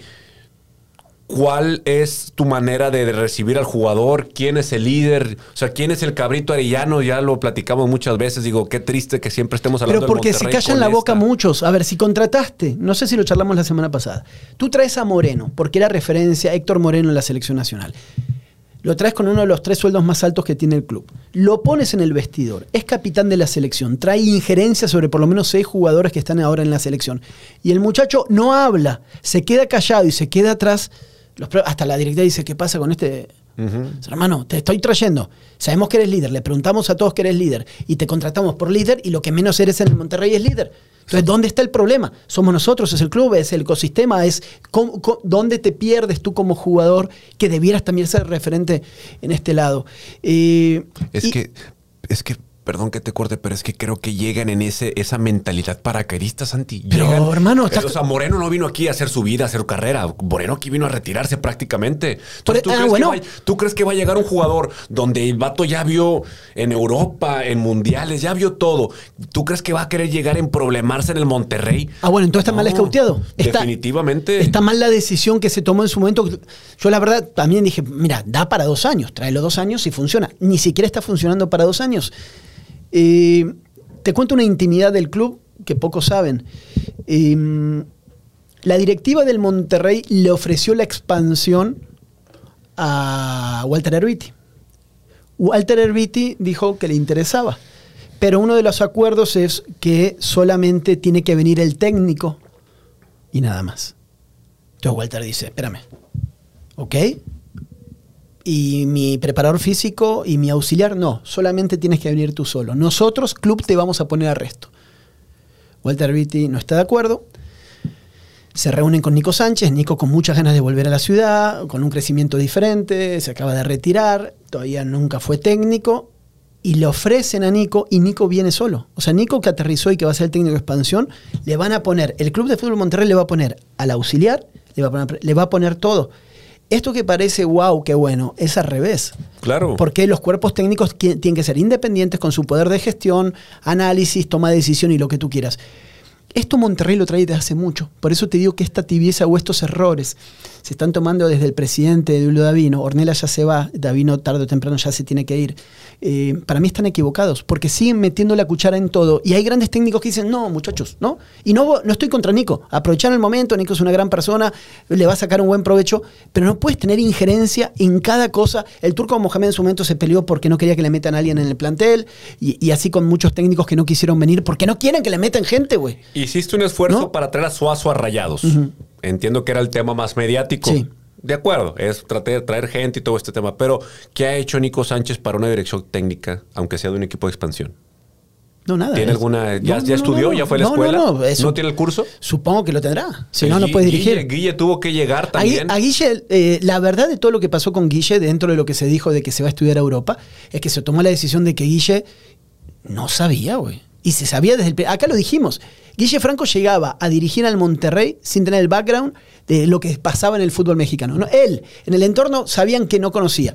¿Cuál es tu manera de, de recibir al jugador? ¿Quién es el líder? O sea, ¿quién es el cabrito Arellano? Ya lo platicamos muchas veces. Digo, qué triste que siempre estemos hablando Pero porque del Monterrey se callan la boca esta. muchos. A ver, si contrataste, no sé si lo charlamos la semana pasada, tú traes a Moreno, porque era referencia Héctor Moreno en la selección nacional. Lo traes con uno de los tres sueldos más altos que tiene el club. Lo pones en el vestidor. Es capitán de la selección. Trae injerencia sobre por lo menos seis jugadores que están ahora en la selección. Y el muchacho no habla. Se queda callado y se queda atrás. Los, hasta la directiva dice, ¿qué pasa con este? Uh-huh. Hermano, te estoy trayendo. Sabemos que eres líder. Le preguntamos a todos que eres líder. Y te contratamos por líder y lo que menos eres en el Monterrey es líder. Entonces, ¿dónde está el problema? Somos nosotros, es el club, es el ecosistema, es cómo, cómo, dónde te pierdes tú como jugador que debieras también ser referente en este lado. Eh, es y, que, es que, perdón que te corte, pero es que creo que llegan en ese, esa mentalidad paracaidista, Santi. Pero, llegan, hermano, o sea, Moreno no vino aquí a hacer su vida, a hacer carrera. Moreno aquí vino a retirarse prácticamente. Entonces, ¿tú, ah, crees bueno. que va, ¿Tú crees que va a llegar un jugador donde el vato ya vio en Europa, en mundiales, ya vio todo? ¿Tú crees que va a querer llegar en problemarse en el Monterrey? Ah, bueno, entonces está no, mal escauteado. Está, definitivamente. Está mal la decisión que se tomó en su momento. Yo la verdad también dije, mira, da para dos años. Tráelo dos años y funciona. Ni siquiera está funcionando para dos años. Eh, te cuento una intimidad del club que pocos saben. Eh, la directiva del Monterrey le ofreció la expansión a Walter Erviti. Walter Erviti dijo que le interesaba, pero uno de los acuerdos es que solamente tiene que venir el técnico y nada más. Entonces Walter dice, espérame, ¿ok? Y mi preparador físico y mi auxiliar, no, solamente tienes que venir tú solo. Nosotros, club, te vamos a poner arresto. Walter Erviti no está de acuerdo. Se reúnen con Nico Sánchez, Nico con muchas ganas de volver a la ciudad, con un crecimiento diferente, se acaba de retirar, todavía nunca fue técnico, y le ofrecen a Nico, y Nico viene solo. O sea, Nico que aterrizó y que va a ser el técnico de expansión, le van a poner, el Club de Fútbol Monterrey le va a poner al auxiliar, le va a poner, le va a poner todo. Esto que parece wow, qué bueno, es al revés. Claro. Porque los cuerpos técnicos tienen que ser independientes con su poder de gestión, análisis, toma de decisión y lo que tú quieras. Esto Monterrey lo trae desde hace mucho. Por eso te digo que esta tibieza o estos errores se están tomando desde el presidente de Julio Davino. Ornella ya se va, Davino tarde o temprano ya se tiene que ir. Eh, para mí están equivocados, porque siguen metiendo la cuchara en todo. Y hay grandes técnicos que dicen, no, muchachos, ¿no? Y no, no estoy contra Nico. Aprovechar el momento, Nico es una gran persona, le va a sacar un buen provecho, pero no puedes tener injerencia en cada cosa. El Turco Mohamed en su momento se peleó porque no quería que le metan a alguien en el plantel, y, y así con muchos técnicos que no quisieron venir porque no quieren que le metan gente, güey. Hiciste un esfuerzo, ¿no?, para traer a Suazo a Rayados. Uh-huh. Entiendo que era el tema más mediático. Sí. De acuerdo, es tratar, traer gente y todo este tema. Pero, ¿qué ha hecho Nico Sánchez para una dirección técnica, aunque sea de un equipo de expansión? No, nada. ¿Tiene es... alguna...? ¿Ya, no, ya no, estudió? no, no, ¿Ya fue a la no, escuela? No, ¿No, no, eso, tiene el curso? Supongo que lo tendrá. Si El no, no Gui- puede Guille, dirigir. Guille tuvo que llegar también. A, Gui- a Guille, eh, la verdad de todo lo que pasó con Guille, dentro de lo que se dijo de que se va a estudiar a Europa, es que se tomó la decisión de que Guille no sabía, güey. Y se sabía desde el... pri- Acá lo dijimos. Guille Franco llegaba a dirigir al Monterrey sin tener el background de lo que pasaba en el fútbol mexicano, ¿no? Él, en el entorno, sabían que no conocía.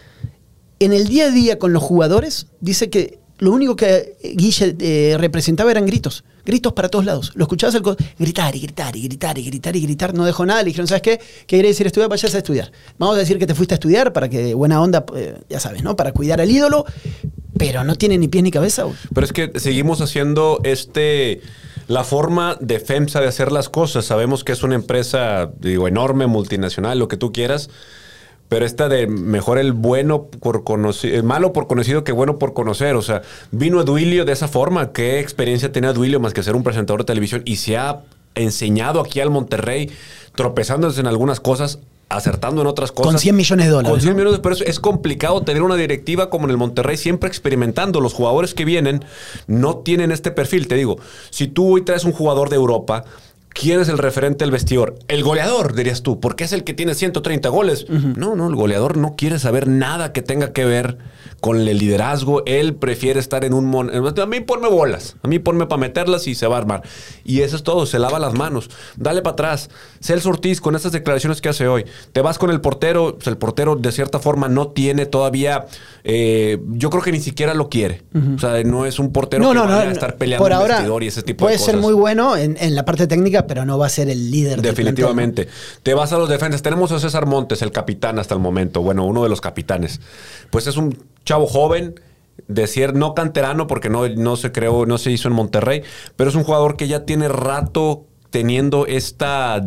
En el día a día con los jugadores, dice que lo único que Guille eh, representaba eran gritos. Gritos para todos lados. Lo escuchabas el co- gritar y gritar y gritar y gritar y gritar. No dejó nada. Le dijeron, ¿sabes qué? ¿Qué quiere decir estudiar? Vayas a estudiar. Vamos a decir que te fuiste a estudiar para que, buena onda, eh, ya sabes, ¿no? Para cuidar al ídolo. Pero no tiene ni pie ni cabeza, güey. Pero es que seguimos haciendo este... La forma de FEMSA de hacer las cosas. Sabemos que es una empresa, digo, enorme, multinacional, lo que tú quieras. Pero esta de mejor el bueno por conocido, el malo por conocido que bueno por conocer. O sea, vino Eduilio de esa forma. ¿Qué experiencia tenía Eduilio más que ser un presentador de televisión? Y se ha enseñado aquí al Monterrey, tropezándose en algunas cosas, acertando en otras cosas. Con cien millones de dólares. Con cien ¿no? millones, pero es, es complicado tener una directiva como en el Monterrey, siempre experimentando. Los jugadores que vienen no tienen este perfil. Te digo, si tú hoy traes un jugador de Europa, ¿quién es el referente del vestidor? El goleador, dirías tú, porque es el que tiene ciento treinta goles. Uh-huh. No, no, el goleador no quiere saber nada que tenga que ver con el liderazgo. Él prefiere estar en un... Mon- a mí ponme bolas, a mí ponme para meterlas y se va a armar. Y eso es todo, se lava las manos. Dale para atrás. Celso Ortiz, con estas declaraciones que hace hoy, te vas con el portero, pues el portero de cierta forma no tiene todavía... Eh, yo creo que ni siquiera lo quiere. Uh-huh. O sea, no es un portero no, que no, vaya no, a estar peleando por en el ahora vestidor y ese tipo puede de cosas. ser muy bueno en, en la parte técnica, pero no va a ser el líder del Definitivamente. plantel, ¿no? Te vas a los defensas. Tenemos a César Montes, el capitán hasta el momento. Bueno, uno de los capitanes. Pues es un chavo joven, decir no canterano porque no, no se creó, no se hizo en Monterrey, pero es un jugador que ya tiene rato teniendo esta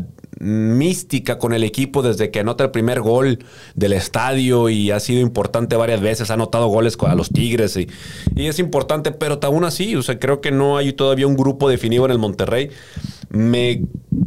mística con el equipo desde que anota el primer gol del estadio y ha sido importante varias veces, ha anotado goles a los Tigres y, y es importante, pero aún así, o sea, creo que no hay todavía un grupo definido en el Monterrey. Me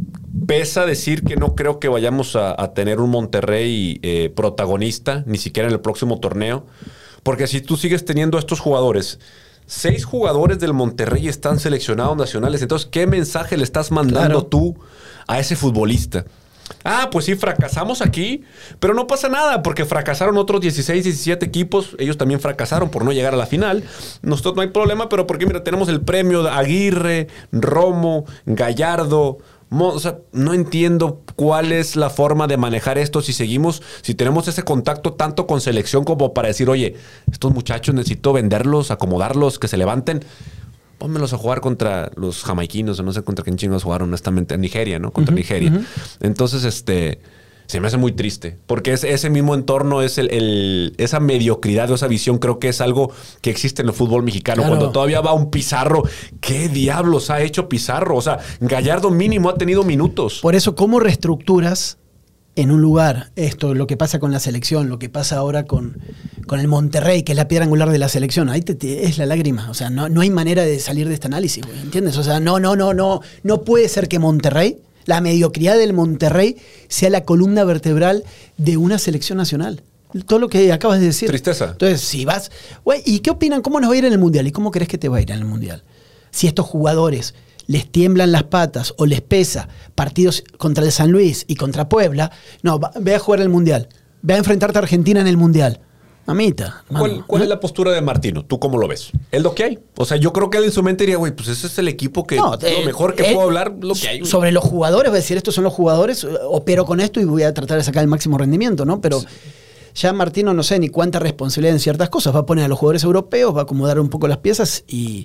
pesa decir que no creo que vayamos a, a tener un Monterrey eh, protagonista, ni siquiera en el próximo torneo, porque si tú sigues teniendo estos jugadores, seis jugadores del Monterrey están seleccionados nacionales, entonces, ¿qué mensaje le estás mandando Claro. tú a ese futbolista? Ah, pues sí, fracasamos aquí, pero no pasa nada, porque fracasaron otros dieciséis, diecisiete equipos, ellos también fracasaron por no llegar a la final. Nosotros no hay problema, pero porque mira, tenemos el premio de Aguirre, Romo, Gallardo. Mo- O sea, no entiendo cuál es la forma de manejar esto si seguimos, si tenemos ese contacto tanto con selección como para decir, oye, estos muchachos necesito venderlos, acomodarlos, que se levanten. Pónmelos a jugar contra los jamaiquinos, o no sé contra quién chingos jugaron, honestamente, en Nigeria, ¿no? Contra uh-huh, Nigeria. Uh-huh. Entonces, este... se me hace muy triste, porque es, ese mismo entorno, es el, el, esa mediocridad o esa visión, creo que es algo que existe en el fútbol mexicano. Claro. Cuando todavía va un Pizarro, ¿qué diablos ha hecho Pizarro? O sea, Gallardo mínimo ha tenido minutos. Por eso, ¿cómo reestructuras en un lugar esto, lo que pasa con la selección, lo que pasa ahora con, con el Monterrey, que es la piedra angular de la selección? Ahí te, te, es la lágrima. O sea, no, no hay manera de salir de este análisis, güey, ¿entiendes? O sea, no, no, no, no, no puede ser que Monterrey, la mediocridad del Monterrey, sea la columna vertebral de una selección nacional. Todo lo que acabas de decir. Tristeza. Entonces, si vas... Güey, ¿y qué opinan? ¿Cómo nos va a ir en el Mundial? ¿Y cómo crees que te va a ir en el Mundial? Si estos jugadores les tiemblan las patas o les pesa partidos contra el San Luis y contra Puebla, no, va, ve a jugar el Mundial. Ve a enfrentarte a Argentina en el Mundial. Mamita. Mano, ¿Cuál, cuál ¿no? es la postura de Martino? ¿Tú cómo lo ves? Es lo que hay. O sea, yo creo que él en su mente diría, güey, pues ese es el equipo que No, lo eh, mejor que eh, puedo hablar, lo que hay. Sobre los jugadores, voy a decir, estos son los jugadores, opero con esto y voy a tratar de sacar el máximo rendimiento, ¿no? Pero... sí. Ya Martino no sé ni cuánta responsabilidad en ciertas cosas. Va a poner a los jugadores europeos, va a acomodar un poco las piezas y,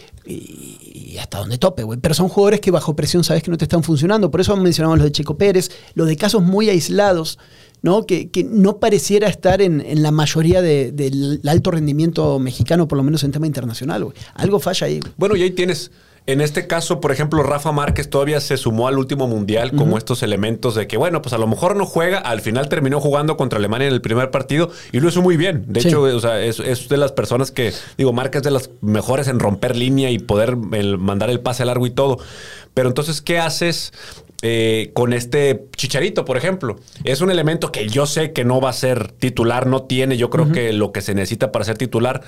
y, y hasta donde tope, güey. Pero son jugadores que bajo presión sabes que no te están funcionando. Por eso mencionamos lo de Checo Pérez, lo de casos muy aislados, ¿no? Que, que no pareciera estar en, en la mayoría de, del alto rendimiento mexicano, por lo menos en tema internacional, güey. Algo falla ahí, güey. Bueno, y ahí tienes... En este caso, por ejemplo, Rafa Márquez todavía se sumó al último mundial como uh-huh. estos elementos de que, bueno, pues a lo mejor no juega, al final terminó jugando contra Alemania en el primer partido y lo hizo muy bien. De sí. hecho, o sea, es, es de las personas que, digo, Márquez es de las mejores en romper línea y poder el, mandar el pase largo y todo. Pero entonces, ¿qué haces eh, con este Chicharito, por ejemplo. Es un elemento que yo sé que no va a ser titular, no tiene, yo creo uh-huh. que lo que se necesita para ser titular.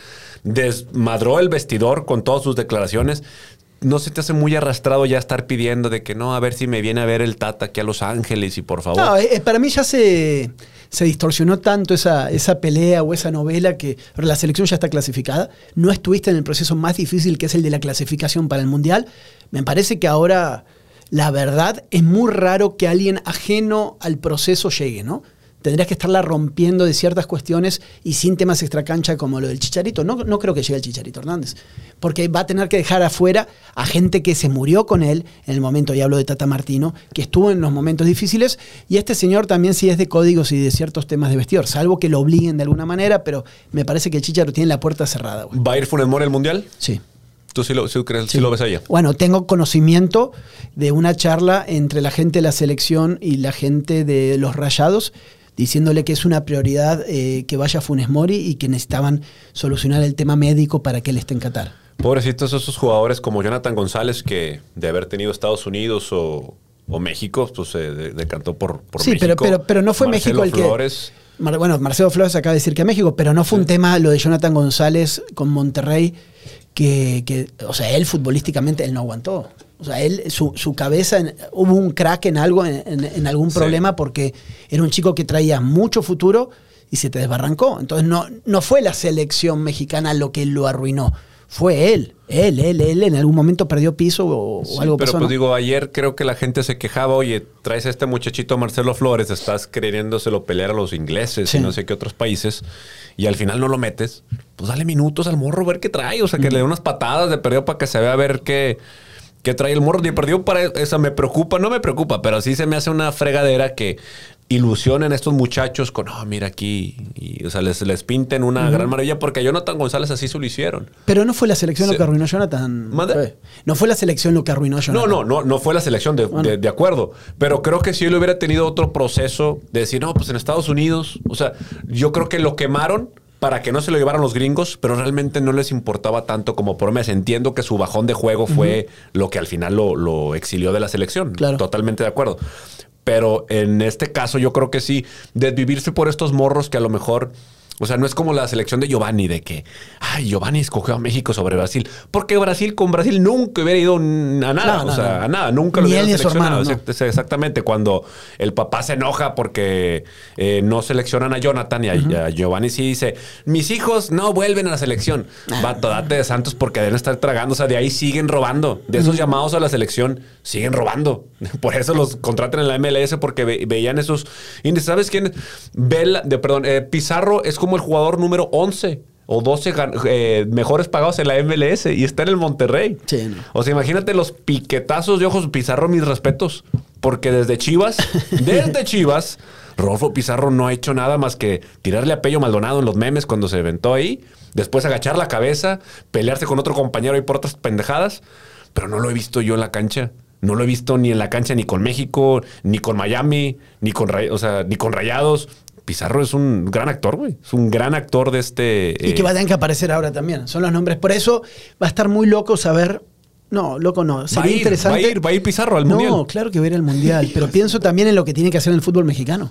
Desmadró el vestidor con todas sus declaraciones. ¿No se te hace muy arrastrado ya estar pidiendo de que no, a ver si me viene a ver el Tata aquí a Los Ángeles y por favor? No, eh, para mí ya se, se distorsionó tanto esa, esa pelea o esa novela que la selección ya está clasificada. No estuviste en el proceso más difícil que es el de la clasificación para el Mundial. Me parece que ahora, la verdad, es muy raro que alguien ajeno al proceso llegue, ¿no? Tendrías que estarla rompiendo de ciertas cuestiones y sin temas extracancha como lo del Chicharito. No, no creo que llegue el Chicharito Hernández, porque va a tener que dejar afuera a gente que se murió con él en el momento, y hablo de Tata Martino, que estuvo en los momentos difíciles, y este señor también sí es de códigos y de ciertos temas de vestidor, salvo que lo obliguen de alguna manera, pero me parece que el Chicharito tiene la puerta cerrada. Güey. ¿Va a ir Funes Mori al Mundial? Sí. ¿Tú sí lo, sí crees, sí. sí lo ves allá? Bueno, tengo conocimiento de una charla entre la gente de la selección y la gente de los Rayados, diciéndole que es una prioridad eh, que vaya Funes Mori y que necesitaban solucionar el tema médico para que él esté en Qatar. Pobrecitos esos jugadores como Jonathan González, que de haber tenido Estados Unidos o, o México, pues se de, decantó por, por sí, México. Sí, pero, pero, pero no fue Marcelo México el Flores. que... Mar, bueno, Marcelo Flores acaba de decir que a México, pero no fue sí. un tema lo de Jonathan González con Monterrey, que, que o sea, él futbolísticamente, él no aguantó. O sea, él, su, su cabeza, en, hubo un crack en algo, en, en, en algún sí. problema, porque era un chico que traía mucho futuro y se te desbarrancó. Entonces no, no fue la selección mexicana lo que lo arruinó. Fue él, él, él, él en algún momento perdió piso o, sí, o algo pero pasó. Pero pues ¿no? digo, ayer creo que la gente se quejaba, oye, traes a este muchachito Marcelo Flores, estás queriéndoselo pelear a los ingleses sí. y no sé qué otros países, y al final no lo metes, pues dale minutos al morro, ver qué trae, o sea, que mm. le dé unas patadas de perdido para que se vea a ver qué... que trae el morro. Y perdió para eso. Me preocupa, no me preocupa, pero sí se me hace una fregadera que ilusionen a estos muchachos con, oh, mira aquí. Y, o sea, les, les pinten una uh-huh. gran maravilla, porque a Jonathan González así se lo hicieron. Pero no fue la selección sí. lo que arruinó a Jonathan. ¿Mande? No fue la selección lo que arruinó a Jonathan. No, no, no, no fue la selección, de, bueno. de, de acuerdo. Pero creo que si él hubiera tenido otro proceso de decir, no, pues en Estados Unidos, o sea, yo creo que lo quemaron para que no se lo llevaran los gringos, pero realmente no les importaba tanto como promesa. Entiendo que su bajón de juego fue uh-huh. lo que al final lo, lo exilió de la selección. Claro. Totalmente de acuerdo. Pero en este caso yo creo que sí, desvivirse por estos morros que a lo mejor... O sea, no es como la selección de Giovanni, de que, ay, Giovanni escogió a México sobre Brasil. Porque Brasil con Brasil nunca hubiera ido a nada. No, no, o sea, no. a nada. Nunca ni lo hubiera seleccionado. Hermano, no. Exactamente. Cuando el papá se enoja porque eh, no seleccionan a Jonathan y a, uh-huh. a Giovanni sí dice, mis hijos no vuelven a la selección. Ah. Vato, date de santos porque deben estar tragando. O sea, de ahí siguen robando. De esos uh-huh. llamados a la selección, siguen robando. Por eso los contratan en la M L S, porque ve, veían esos índices. ¿Sabes quién? Vela, de, perdón, eh, Pizarro es como el jugador número once o doce eh, mejores pagados en la M L S y está en el Monterrey. Sí, no. O sea, imagínate los piquetazos de ojos. Pizarro, mis respetos, porque desde Chivas, desde Chivas, Rodolfo Pizarro no ha hecho nada más que tirarle a Pello Maldonado en los memes cuando se aventó ahí, después agachar la cabeza, pelearse con otro compañero ahí por otras pendejadas, pero no lo he visto yo en la cancha. No lo he visto ni en la cancha, ni con México, ni con Miami, ni con, o sea, ni con Rayados. Pizarro es un gran actor, güey. Es un gran actor de este... Y eh... que va a tener que aparecer ahora también. Son los nombres. Por eso va a estar muy loco saber... No, loco no. Sería va a ir, interesante... Va a ir, va a ir Pizarro al no, Mundial. No, claro que va a ir al Mundial. Pero pienso también en lo que tiene que hacer en el fútbol mexicano.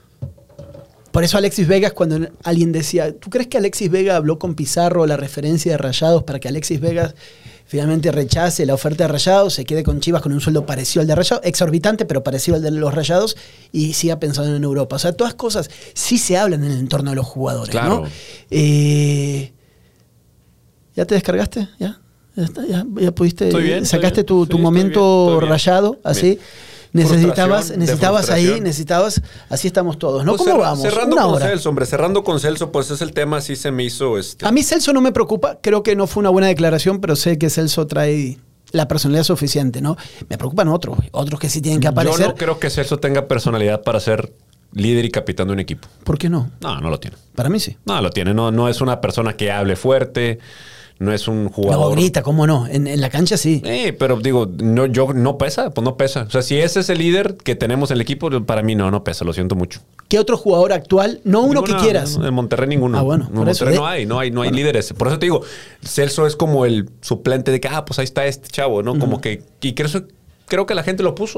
Por eso Alexis Vega, cuando alguien decía... ¿Tú crees que Alexis Vega habló con Pizarro la referencia de Rayados para que Alexis Vega... finalmente rechace la oferta de Rayados, se quede con Chivas con un sueldo parecido al de Rayados, exorbitante, pero parecido al de los Rayados, y siga pensando en Europa? O sea, todas cosas sí se hablan en el entorno de los jugadores, claro. ¿no? Eh, ¿Ya te descargaste? ¿Ya? ¿Ya, está? ¿Ya, ya pudiste? Bien, ¿Sacaste bien. tu, tu sí, momento bien, bien. Rayado? Así. Bien. Necesitabas, necesitabas ahí, necesitabas, así estamos todos, ¿no? Pues ¿Cómo cerra, vamos? Cerrando una con hora. Celso, hombre, cerrando con Celso, pues es el tema, sí se me hizo este. A mí Celso no me preocupa, creo que no fue una buena declaración, pero sé que Celso trae la personalidad suficiente, ¿no? Me preocupan otros, otros que sí tienen que aparecer. Yo no creo que Celso tenga personalidad para ser líder y capitán de un equipo. ¿Por qué no? No, no lo tiene. Para mí sí. No, lo tiene, no, no es una persona que hable fuerte. No es un jugador... No, grita, ¿cómo no? En, en la cancha sí. Eh, pero digo, no, yo, no pesa, pues no pesa. O sea, si ese es el líder que tenemos en el equipo, para mí no, no pesa, lo siento mucho. ¿Qué otro jugador actual? No uno Ninguna, que quieras. En Monterrey ninguno. Ah, bueno. En Monterrey eso, no hay, no hay, no hay bueno. líderes. Por eso te digo, Celso es como el suplente de que, ah, pues ahí está este chavo, ¿no? Uh-huh. Como que... Y creo, creo que la gente lo puso.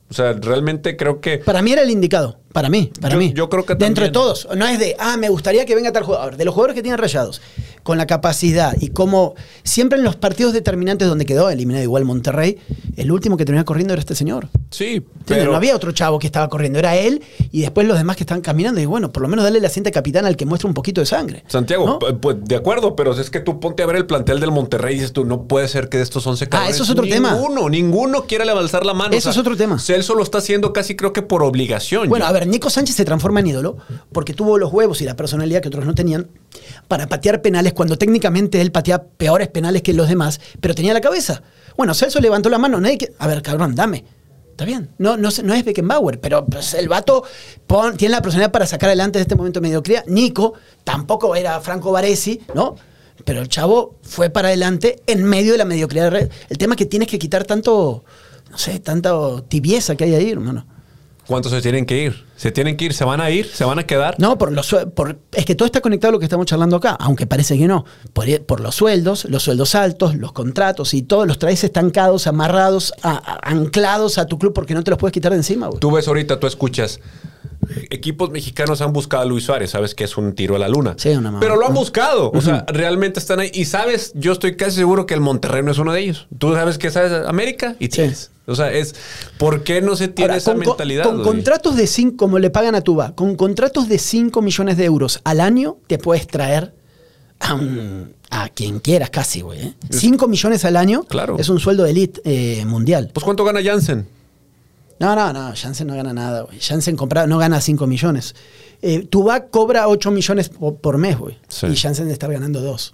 O sea, realmente creo que... Para mí era el indicado. Para mí, para Yo- mí. yo creo que Dentro también. de todos. No es de, ah, me gustaría que venga tal jugador. De los jugadores que tienen Rayados, con la capacidad y como siempre en los partidos determinantes donde quedó eliminado igual Monterrey, el último que terminaba corriendo era este señor. Sí, ¿Entiendes? pero... No había otro chavo que estaba corriendo, era él y después los demás que estaban caminando. Y bueno, por lo menos darle la cinta de capitán al que muestra un poquito de sangre. Santiago, ¿no? p- pues de acuerdo, pero es que tú ponte a ver el plantel del Monterrey y dices tú, no puede ser que de estos once cabrones, eso es otro tema. Ninguno, ninguno quiere alzar la mano. Eso es otro tema. Celso lo está haciendo casi creo que por obligación. Bueno, ya. a ver, Nico Sánchez se transforma en ídolo porque tuvo los huevos y la personalidad que otros no tenían para patear penales cuando técnicamente él patea peores penales que los demás, pero tenía la cabeza. Bueno, Celso levantó la mano, nadie que... A ver, cabrón, dame. Está bien. No, no, no es Beckenbauer, pero pues, el vato pon- tiene la personalidad para sacar adelante de este momento de mediocridad. Nico tampoco era Franco Baresi, ¿no? Pero el chavo fue para adelante en medio de la mediocridad. El tema es que tienes que quitar tanto, no sé, tanta tibieza que hay ahí, hermano. ¿Cuántos se tienen que ir? ¿Se tienen que ir? ¿Se van a ir? ¿Se van a quedar? No, por los sue- por, es que todo está conectado a lo que estamos charlando acá, aunque parece que no. Por, por los sueldos, los sueldos altos, los contratos y todos los traes estancados, amarrados, a- a- anclados a tu club porque no te los puedes quitar de encima, güey. Tú ves ahorita, tú escuchas. Equipos mexicanos han buscado a Luis Suárez, sabes que es un tiro a la luna. Sí, una mamá. Pero lo han buscado. O sea, realmente están ahí. Y sabes, yo estoy casi seguro que el Monterrey no es uno de ellos. Tú sabes que sabes América y Tigres. O sea, es ¿por qué no se tiene Ahora, esa con, co- mentalidad? con güey? contratos de cinco, como le pagan a Tuba, con contratos de cinco millones de euros al año, te puedes traer a, un- a quien quieras casi, güey. ¿eh? cinco millones al año Claro. es un sueldo de elite eh, mundial. Pues ¿cuánto gana Jansen? No, no, no, Jansen no gana nada, güey. Jansen compra, no gana cinco millones. Eh, Tubac cobra ocho millones po- por mes, güey. Sí. Y Jansen debe estar ganando dos.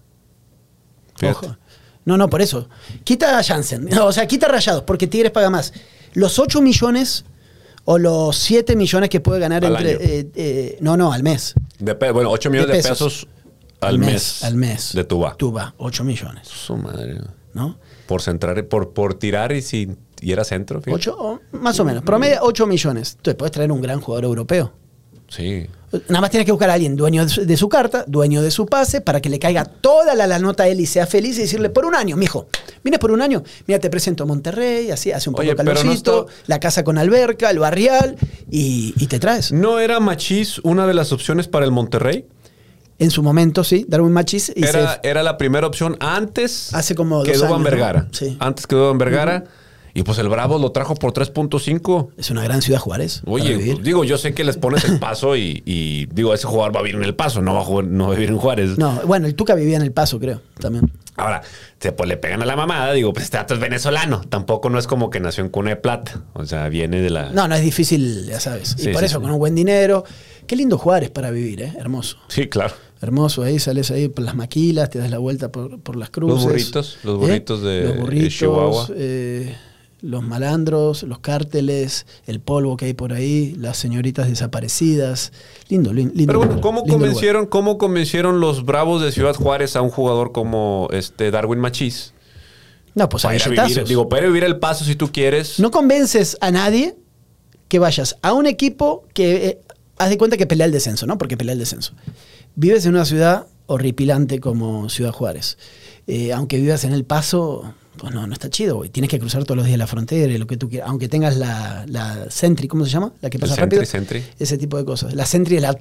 Fíjate. Ojo. No, no, por eso. Quita a Jansen. No, o sea, quita a Rayados, porque Tigres paga más. Los ocho millones o los siete millones que puede ganar Al entre. año. eh, eh, no, no, al mes. De pe- bueno, ocho millones de De pesos, pesos. al mes. Al mes. De Tuba. Tuba, ocho millones. Su madre. ¿No? Por centrar, por, por tirar y si y era centro. fíjate. Ocho, o más o menos. Promedio ocho millones. Entonces puedes traer un gran jugador europeo. Sí. Nada más tienes que buscar a alguien dueño de su, de su carta, dueño de su pase, para que le caiga toda la, la nota a él y sea feliz y decirle, por un año, mijo, vienes por un año, mira, te presento a Monterrey, así hace un poco Oye, de pero no calorcito, está- la casa con alberca, el barrial, y, y te traes. ¿No era Machís una de las opciones para el Monterrey? En su momento, sí, Darwin Machís. Y Era, se- era la primera opción antes Hace como dos que Dubán años, ¿no? Vergara. Sí. Antes que Dubán Vergara. Y pues el Bravo lo trajo por tres punto cinco. es una gran ciudad Juárez. para Oye, vivir. pues, digo, yo sé que les pones el Paso y, y, digo, ese jugador va a vivir en el Paso, no va a, jugar, no va a vivir en Juárez. No, bueno, el Tuca vivía en El Paso, creo, también. Ahora, se, pues le pegan a la mamada, digo, pues este dato es venezolano. Tampoco no es como que nació en cuna de plata. O sea, viene de la... No, no es difícil, ya sabes. Sí, y por sí, eso, sí. con un buen dinero. Qué lindo Juárez para vivir, ¿eh? Hermoso. Sí, claro. Hermoso, ahí sales ahí por las maquilas, te das la vuelta por, por las cruces. Los burritos, los burritos de- Los de burritos, Chihuahua. eh, los malandros, los cárteles, el polvo que hay por ahí, las señoritas desaparecidas. Lindo, lin- lindo. Pero bueno, lugar, ¿cómo lindo convencieron, ¿cómo convencieron los Bravos de Ciudad Juárez a un jugador como este Darwin Machís? lugar. No, pues a Para ir a billetazos. vivir, digo, para ir a vivir el Paso si tú quieres. No convences a nadie que vayas a un equipo que, eh, haz de cuenta que pelea el descenso, ¿no? Porque pelea el descenso. Vives en una ciudad horripilante como Ciudad Juárez. Eh, aunque vivas en El Paso, pues no, no está chido, güey. Tienes que cruzar todos los días la frontera y lo que tú quieras. Aunque tengas la, la Sentry, ¿cómo se llama? La que El pasa Sentry, rápido. Sentry. Ese tipo de cosas. La Sentry es la...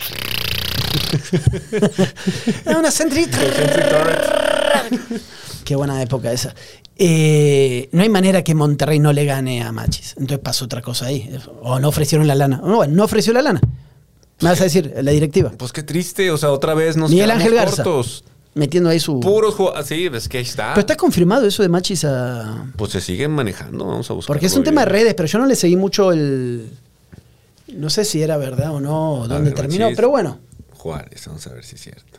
Es una Sentry... Qué buena época esa. Eh, no hay manera que Monterrey no le gane a Machis. Entonces pasó otra cosa ahí. O no ofrecieron la lana. No, bueno, no ofreció la lana. Me vas a decir, la directiva. Pues qué triste, o sea, otra vez nos Miguel quedamos Ángel Garza. cortos. Metiendo ahí su... Puros jugadores. Sí, es que ahí está. Pero está confirmado eso de Machis a... Pues se siguen manejando, vamos a buscar. Porque es un tema de redes, pero yo no le seguí mucho el... No sé si era verdad o no, o dónde ver, terminó, Machis. pero bueno. Juárez, vamos a ver si es cierto.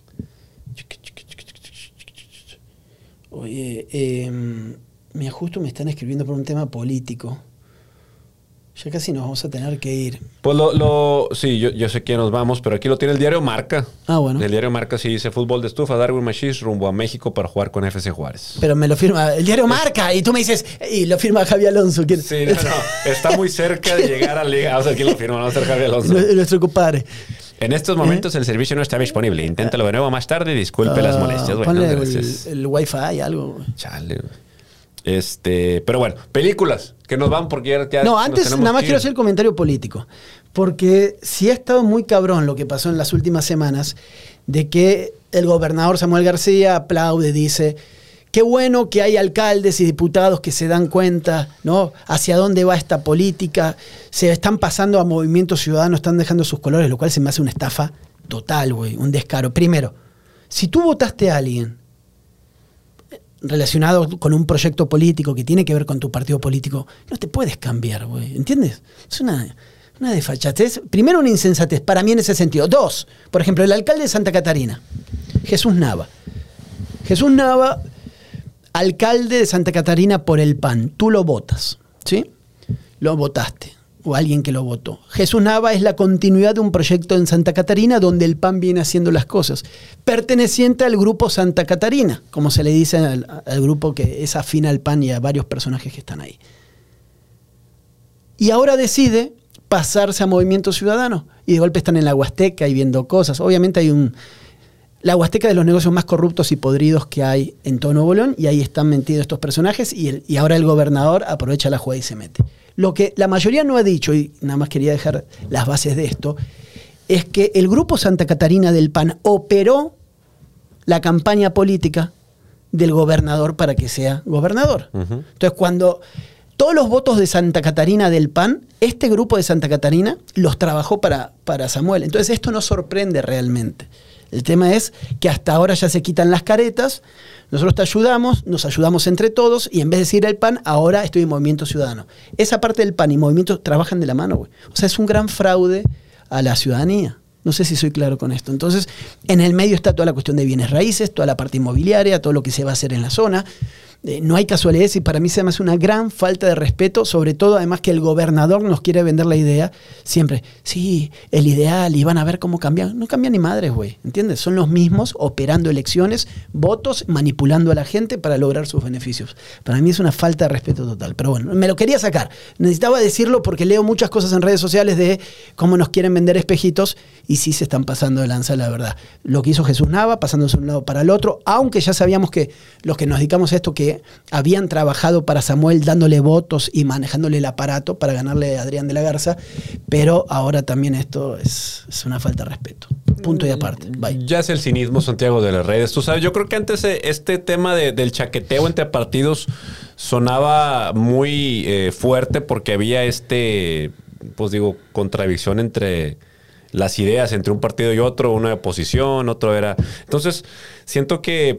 Oye, eh, me justo me están escribiendo por un tema político. Ya casi nos vamos a tener que ir. Pues lo, lo sí, yo, yo sé que nos vamos, pero aquí lo tiene el diario Marca. Ah, bueno. El diario Marca sí dice fútbol de estufa, Darwin Machís rumbo a México para jugar con F C Juárez. Pero me lo firma el diario Marca y tú me dices, y lo firma Javi Alonso. ¿Quién? Sí, no, no, está muy cerca de llegar a Liga. Vamos a ver quién lo firma, vamos a ver Javier Alonso. Nuestro compadre. En estos momentos el servicio no está disponible. Inténtalo de nuevo más tarde. Disculpe las Ah, molestias. Bueno, ponle gracias. el, el wifi, algo. Chale. güey. Este, pero bueno, películas que nos van porque ya, ya No, nos antes tenemos nada más que ir. quiero hacer el comentario político. Porque sí ha estado muy cabrón lo que pasó en las últimas semanas, de que el gobernador Samuel García aplaude, dice, qué bueno que hay alcaldes y diputados que se dan cuenta, ¿no? Hacia dónde va esta política. Se están pasando a movimientos ciudadanos, están dejando sus colores, lo cual se me hace una estafa total, güey, un descaro. Primero, si tú votaste a alguien relacionado con un proyecto político que tiene que ver con tu partido político, no te puedes cambiar, güey, ¿entiendes? Es una, una desfachatez. Primero, una insensatez, para mí en ese sentido. Dos, por ejemplo, el alcalde de Santa Catarina, Jesús Nava. Jesús Nava, alcalde de Santa Catarina por el P A N. Tú lo votas, ¿sí? Lo votaste. O alguien que lo votó. Jesús Nava es la continuidad de un proyecto en Santa Catarina donde el P A N viene haciendo las cosas. Perteneciente al grupo Santa Catarina, como se le dice al, al grupo que es afín al P A N y a varios personajes que están ahí. Y ahora decide pasarse a Movimiento Ciudadano. Y de golpe están en la Huasteca y viendo cosas. Obviamente hay un... La Huasteca de los negocios más corruptos y podridos que hay en todo Nuevo León. Y ahí están metidos estos personajes. Y, el, y ahora el gobernador aprovecha la jugada y se mete. Lo que la mayoría no ha dicho, y nada más quería dejar las bases de esto, es que el grupo Santa Catarina del P A N operó la campaña política del gobernador para que sea gobernador. Uh-huh. Entonces, cuando todos los votos de Santa Catarina del P A N, este grupo de Santa Catarina los trabajó para, para Samuel. Entonces, esto no sorprende realmente. El tema es que hasta ahora ya se quitan las caretas, nosotros te ayudamos, nos ayudamos entre todos y en vez de decir el P A N, ahora estoy en Movimiento Ciudadano. Esa parte del P A N y Movimiento trabajan de la mano, güey. O sea, es un gran fraude a la ciudadanía. No sé si soy claro con esto. Entonces, en el medio está toda la cuestión de bienes raíces, toda la parte inmobiliaria, todo lo que se va a hacer en la zona. Eh, no hay casualidades y para mí se me hace una gran falta de respeto, sobre todo además que el gobernador nos quiere vender la idea siempre, sí, el ideal y van a ver cómo cambian. No cambian ni madres, güey, ¿entiendes? Son los mismos operando elecciones, votos, manipulando a la gente para lograr sus beneficios. Para mí es una falta de respeto total, pero bueno, me lo quería sacar. Necesitaba decirlo porque leo muchas cosas en redes sociales de cómo nos quieren vender espejitos y sí se están pasando de lanza, la verdad. Lo que hizo Jesús Nava, pasándose de un lado para el otro, aunque ya sabíamos que los que nos dedicamos a esto, que habían trabajado para Samuel dándole votos y manejándole el aparato para ganarle a Adrián de la Garza, pero ahora también esto es, es una falta de respeto. Punto y aparte. Bye. Ya es el cinismo, Santiago, de las redes. Tú sabes, yo creo que antes este tema de, del chaqueteo entre partidos sonaba muy eh, fuerte porque había este, pues digo, contradicción entre las ideas entre un partido y otro, una de oposición, otro era... Entonces, siento que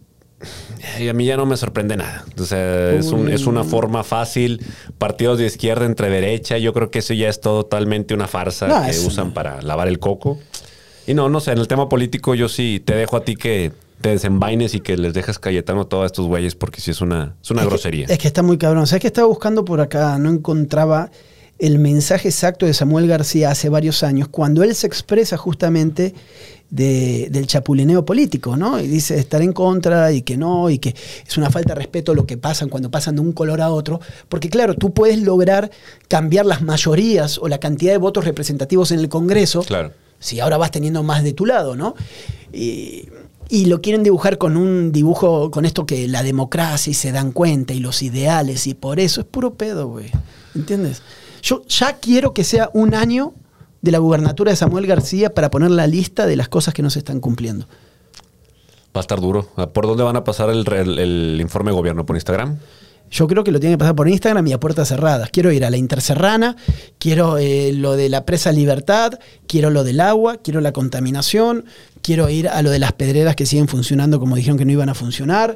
y a mí ya no me sorprende nada. O sea, es, un, es una forma fácil. Partidos de izquierda entre derecha. Yo creo que eso ya es totalmente una farsa no, que usan no. para lavar el coco. Y no, no sé, en el tema político yo sí te dejo a ti que te desenvaines y que les dejes Cayetano a todos estos güeyes porque sí es una, es una es grosería. Que, es que está muy cabrón. ¿Sabes qué estaba buscando por acá? No encontraba el mensaje exacto de Samuel García hace varios años, cuando él se expresa justamente de, del chapulineo político, ¿no? Y dice estar en contra y que no, y que es una falta de respeto lo que pasan cuando pasan de un color a otro, porque claro, tú puedes lograr cambiar las mayorías o la cantidad de votos representativos en el Congreso, claro, si ahora vas teniendo más de tu lado, ¿no? Y... Y lo quieren dibujar con un dibujo, con esto que la democracia y se dan cuenta y los ideales y por eso es puro pedo, güey. ¿Entiendes? Yo ya quiero que sea un año de la gubernatura de Samuel García para poner la lista de las cosas que no se están cumpliendo. Va a estar duro. ¿Por dónde van a pasar el, el, el informe de gobierno? ¿Por Instagram? Yo creo que lo tienen que pasar por Instagram y a puertas cerradas. Quiero ir a la Interserrana, quiero eh, lo de la presa Libertad, quiero lo del agua, quiero la contaminación, quiero ir a lo de las pedreras que siguen funcionando como dijeron que no iban a funcionar.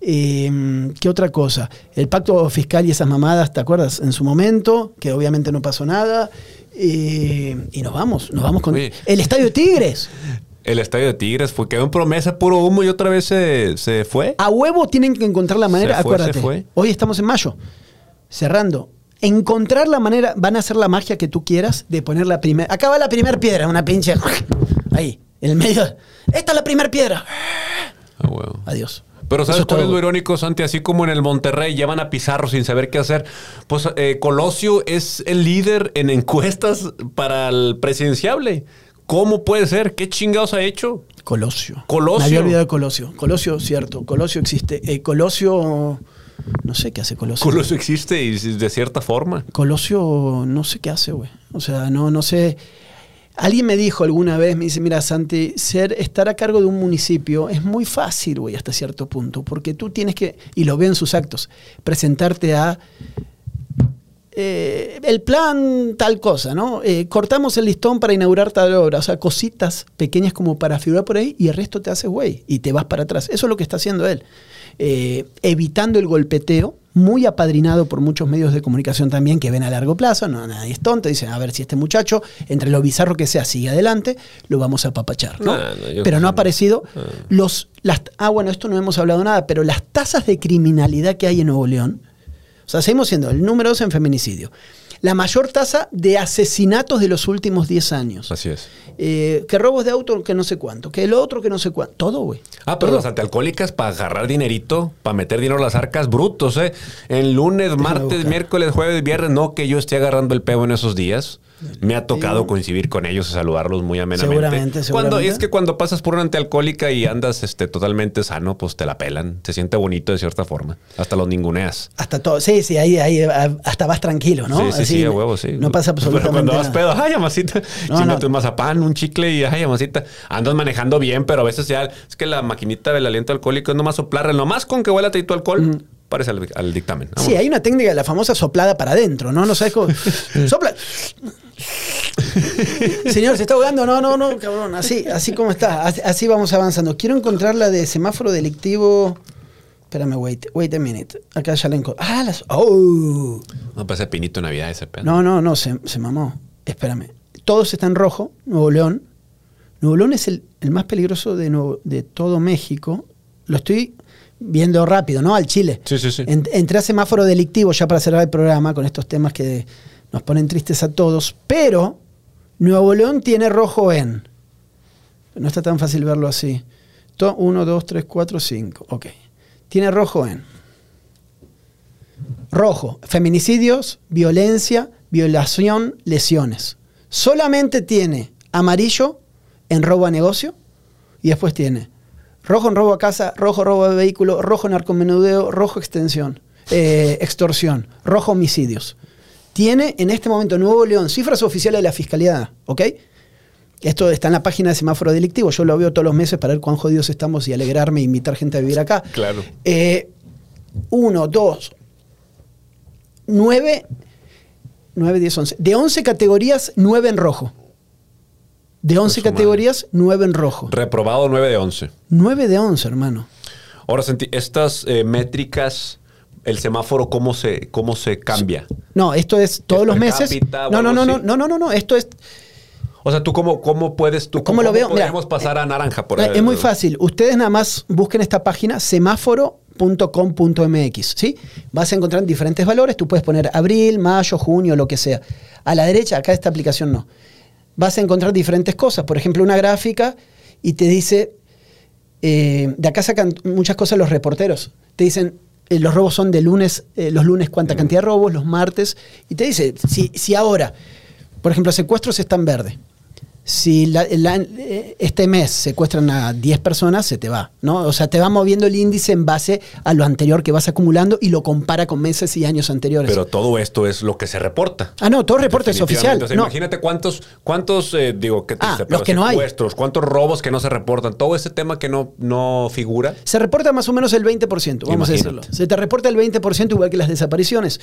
Eh, ¿Qué otra cosa? El pacto fiscal y esas mamadas, ¿te acuerdas? En su momento, que obviamente no pasó nada. Eh, y nos vamos, nos vamos con... Oye. El Estadio de Tigres. El Estadio de Tigres fue, quedó en promesa, puro humo y otra vez se, se fue. A huevo tienen que encontrar la manera, se fue, acuérdate. Se fue. Hoy estamos en mayo, cerrando. Encontrar la manera, van a hacer la magia que tú quieras de poner la primera. Acá va la primera piedra, una pinche. Ahí, en el medio. Esta es la primera piedra. Ah, huevo. Adiós. Pero ¿sabes es cuál todo. es lo irónico, Santi? Así como en el Monterrey llevan a Pizarro sin saber qué hacer. Pues eh, Colosio es el líder en encuestas para el presidenciable. ¿Cómo puede ser? ¿Qué chingados ha hecho? Colosio. Colosio. Me había olvidado de Colosio. Colosio, cierto. Colosio existe. Eh, Colosio... No sé qué hace Colosio. Colosio existe y de cierta forma. Colosio no sé qué hace, güey. O sea, no, no sé. Alguien me dijo alguna vez, me dice, mira, Santi, ser, estar a cargo de un municipio es muy fácil, güey, hasta cierto punto, porque tú tienes que, y lo veo en sus actos, presentarte a eh, el plan tal cosa, ¿no? Eh, cortamos el listón para inaugurar tal obra, o sea, cositas pequeñas como para figurar por ahí y el resto te haces, güey, y te vas para atrás. Eso es lo que está haciendo él. Eh, evitando el golpeteo, muy apadrinado por muchos medios de comunicación también que ven a largo plazo, no nadie es tonto, dicen, a ver si este muchacho, entre lo bizarro que sea, sigue adelante, lo vamos a apapachar, ¿no? No, no, yo pero no ha no. aparecido Ah. los, las, ah, bueno, esto no hemos hablado nada, pero las tasas de criminalidad que hay en Nuevo León, o sea, seguimos siendo el número dos en feminicidio, la mayor tasa de asesinatos de los últimos diez años. Así es. Eh, que robos de auto, que no sé cuánto, que el otro, que no sé cuánto, todo, güey. Ah, pero Todo. las antialcohólicas para agarrar dinerito, para meter dinero a las arcas, brutos, ¿eh? En lunes, martes, buscar. miércoles, jueves, viernes, no que yo esté agarrando el pego en esos días. Me ha tocado coincidir con ellos y saludarlos muy amenamente. Seguramente, Cuando, seguramente. y es que cuando pasas por una antialcohólica y andas este, totalmente sano, pues te la pelan. Se siente bonito de cierta forma. Hasta los ninguneas. Hasta todo, sí, sí, ahí, ahí a- hasta vas tranquilo, ¿no? Sí, sí, Así, sí, a huevo, sí. No pasa absolutamente Pero cuando vas nada. pedo, ay, amasita, No, chingate no. un mazapán, un chicle y ay, amasita. Andas manejando bien, pero a veces ya es que la maquinita del aliento alcohólico es nomás soplarle, nomás con que huela tantito alcohol, parece al, al dictamen. Sí, Vámonos. hay una técnica, la famosa soplada para adentro, ¿no? No sabes cómo. Sopla. Señor, ¿se está ahogando? No, no, no, cabrón. Así, así como está. Así, así vamos avanzando. Quiero encontrar la de semáforo delictivo. Espérame, wait, wait a minute. Acá ya la encontré. Ah, las. ¡Oh! No, pues ese pinito de Navidad, ese pedo. No, no, no, se, se mamó. Espérame. Todos están en rojo. Nuevo León. Nuevo León es el, el más peligroso de, Nuevo- de todo México. Lo estoy viendo rápido, ¿no? Al Chile. Sí, sí, sí. En- entré a semáforo delictivo ya para cerrar el programa con estos temas que nos ponen tristes a todos. Pero Nuevo León tiene rojo en. No está tan fácil verlo así. uno, dos, tres, cuatro, cinco. Ok. Tiene rojo en. Rojo, feminicidios, violencia, violación, lesiones. Solamente tiene amarillo en robo a negocio y después tiene rojo en robo a casa, rojo robo de vehículo, rojo narcomenudeo, rojo extensión, eh, extorsión, rojo homicidios. Tiene en este momento Nuevo León cifras oficiales de la Fiscalía, ¿ok? Esto está en la página de semáforo delictivo. Yo lo veo todos los meses para ver cuán jodidos estamos y alegrarme e invitar gente a vivir acá. Claro. Eh, uno, dos, nueve, nueve, diez, once. De once categorías, nueve en rojo. De once Pues su categorías, nueve en rojo. Reprobado nueve de once. nueve de once, hermano. Ahora, Santi, estas eh, métricas, el semáforo, ¿cómo se, cómo se cambia? No, esto es todos ¿Es los per meses. cápita o No, no, algo no, no, así? no, no, no, no. Esto es. O sea, ¿tú cómo, cómo puedes, tú ¿Cómo lo veo? Mira, podemos pasar a naranja? Por Es muy fácil. Ustedes nada más busquen esta página semáforo punto com punto m x, ¿sí? Vas a encontrar diferentes valores. Tú puedes poner abril, mayo, junio, lo que sea. A la derecha, acá esta aplicación no. Vas a encontrar diferentes cosas. Por ejemplo, una gráfica y te dice... eh, de acá sacan muchas cosas los reporteros. Te dicen... eh, los robos son de lunes, eh, los lunes cuánta cantidad de robos, los martes. Y te dice, si, si ahora, por ejemplo, secuestros están verde. Si la- la- eh, este mes secuestran a diez personas, se te va, ¿no? O sea, te va moviendo el índice en base a lo anterior que vas acumulando y lo compara con meses y años anteriores. Pero todo esto es lo que se reporta. ah, no, todo reporte es oficial. Definitivamente. O sea, No. imagínate cuántos, cuántos eh, digo, ¿qué te Ah, dice? los Pero que no hay. secuestros, cuántos robos que no se reportan, todo ese tema que no, no figura. Se reporta más o menos el veinte por ciento, vamos Imagínate. a decirlo. Se te reporta el veinte por ciento igual que las desapariciones.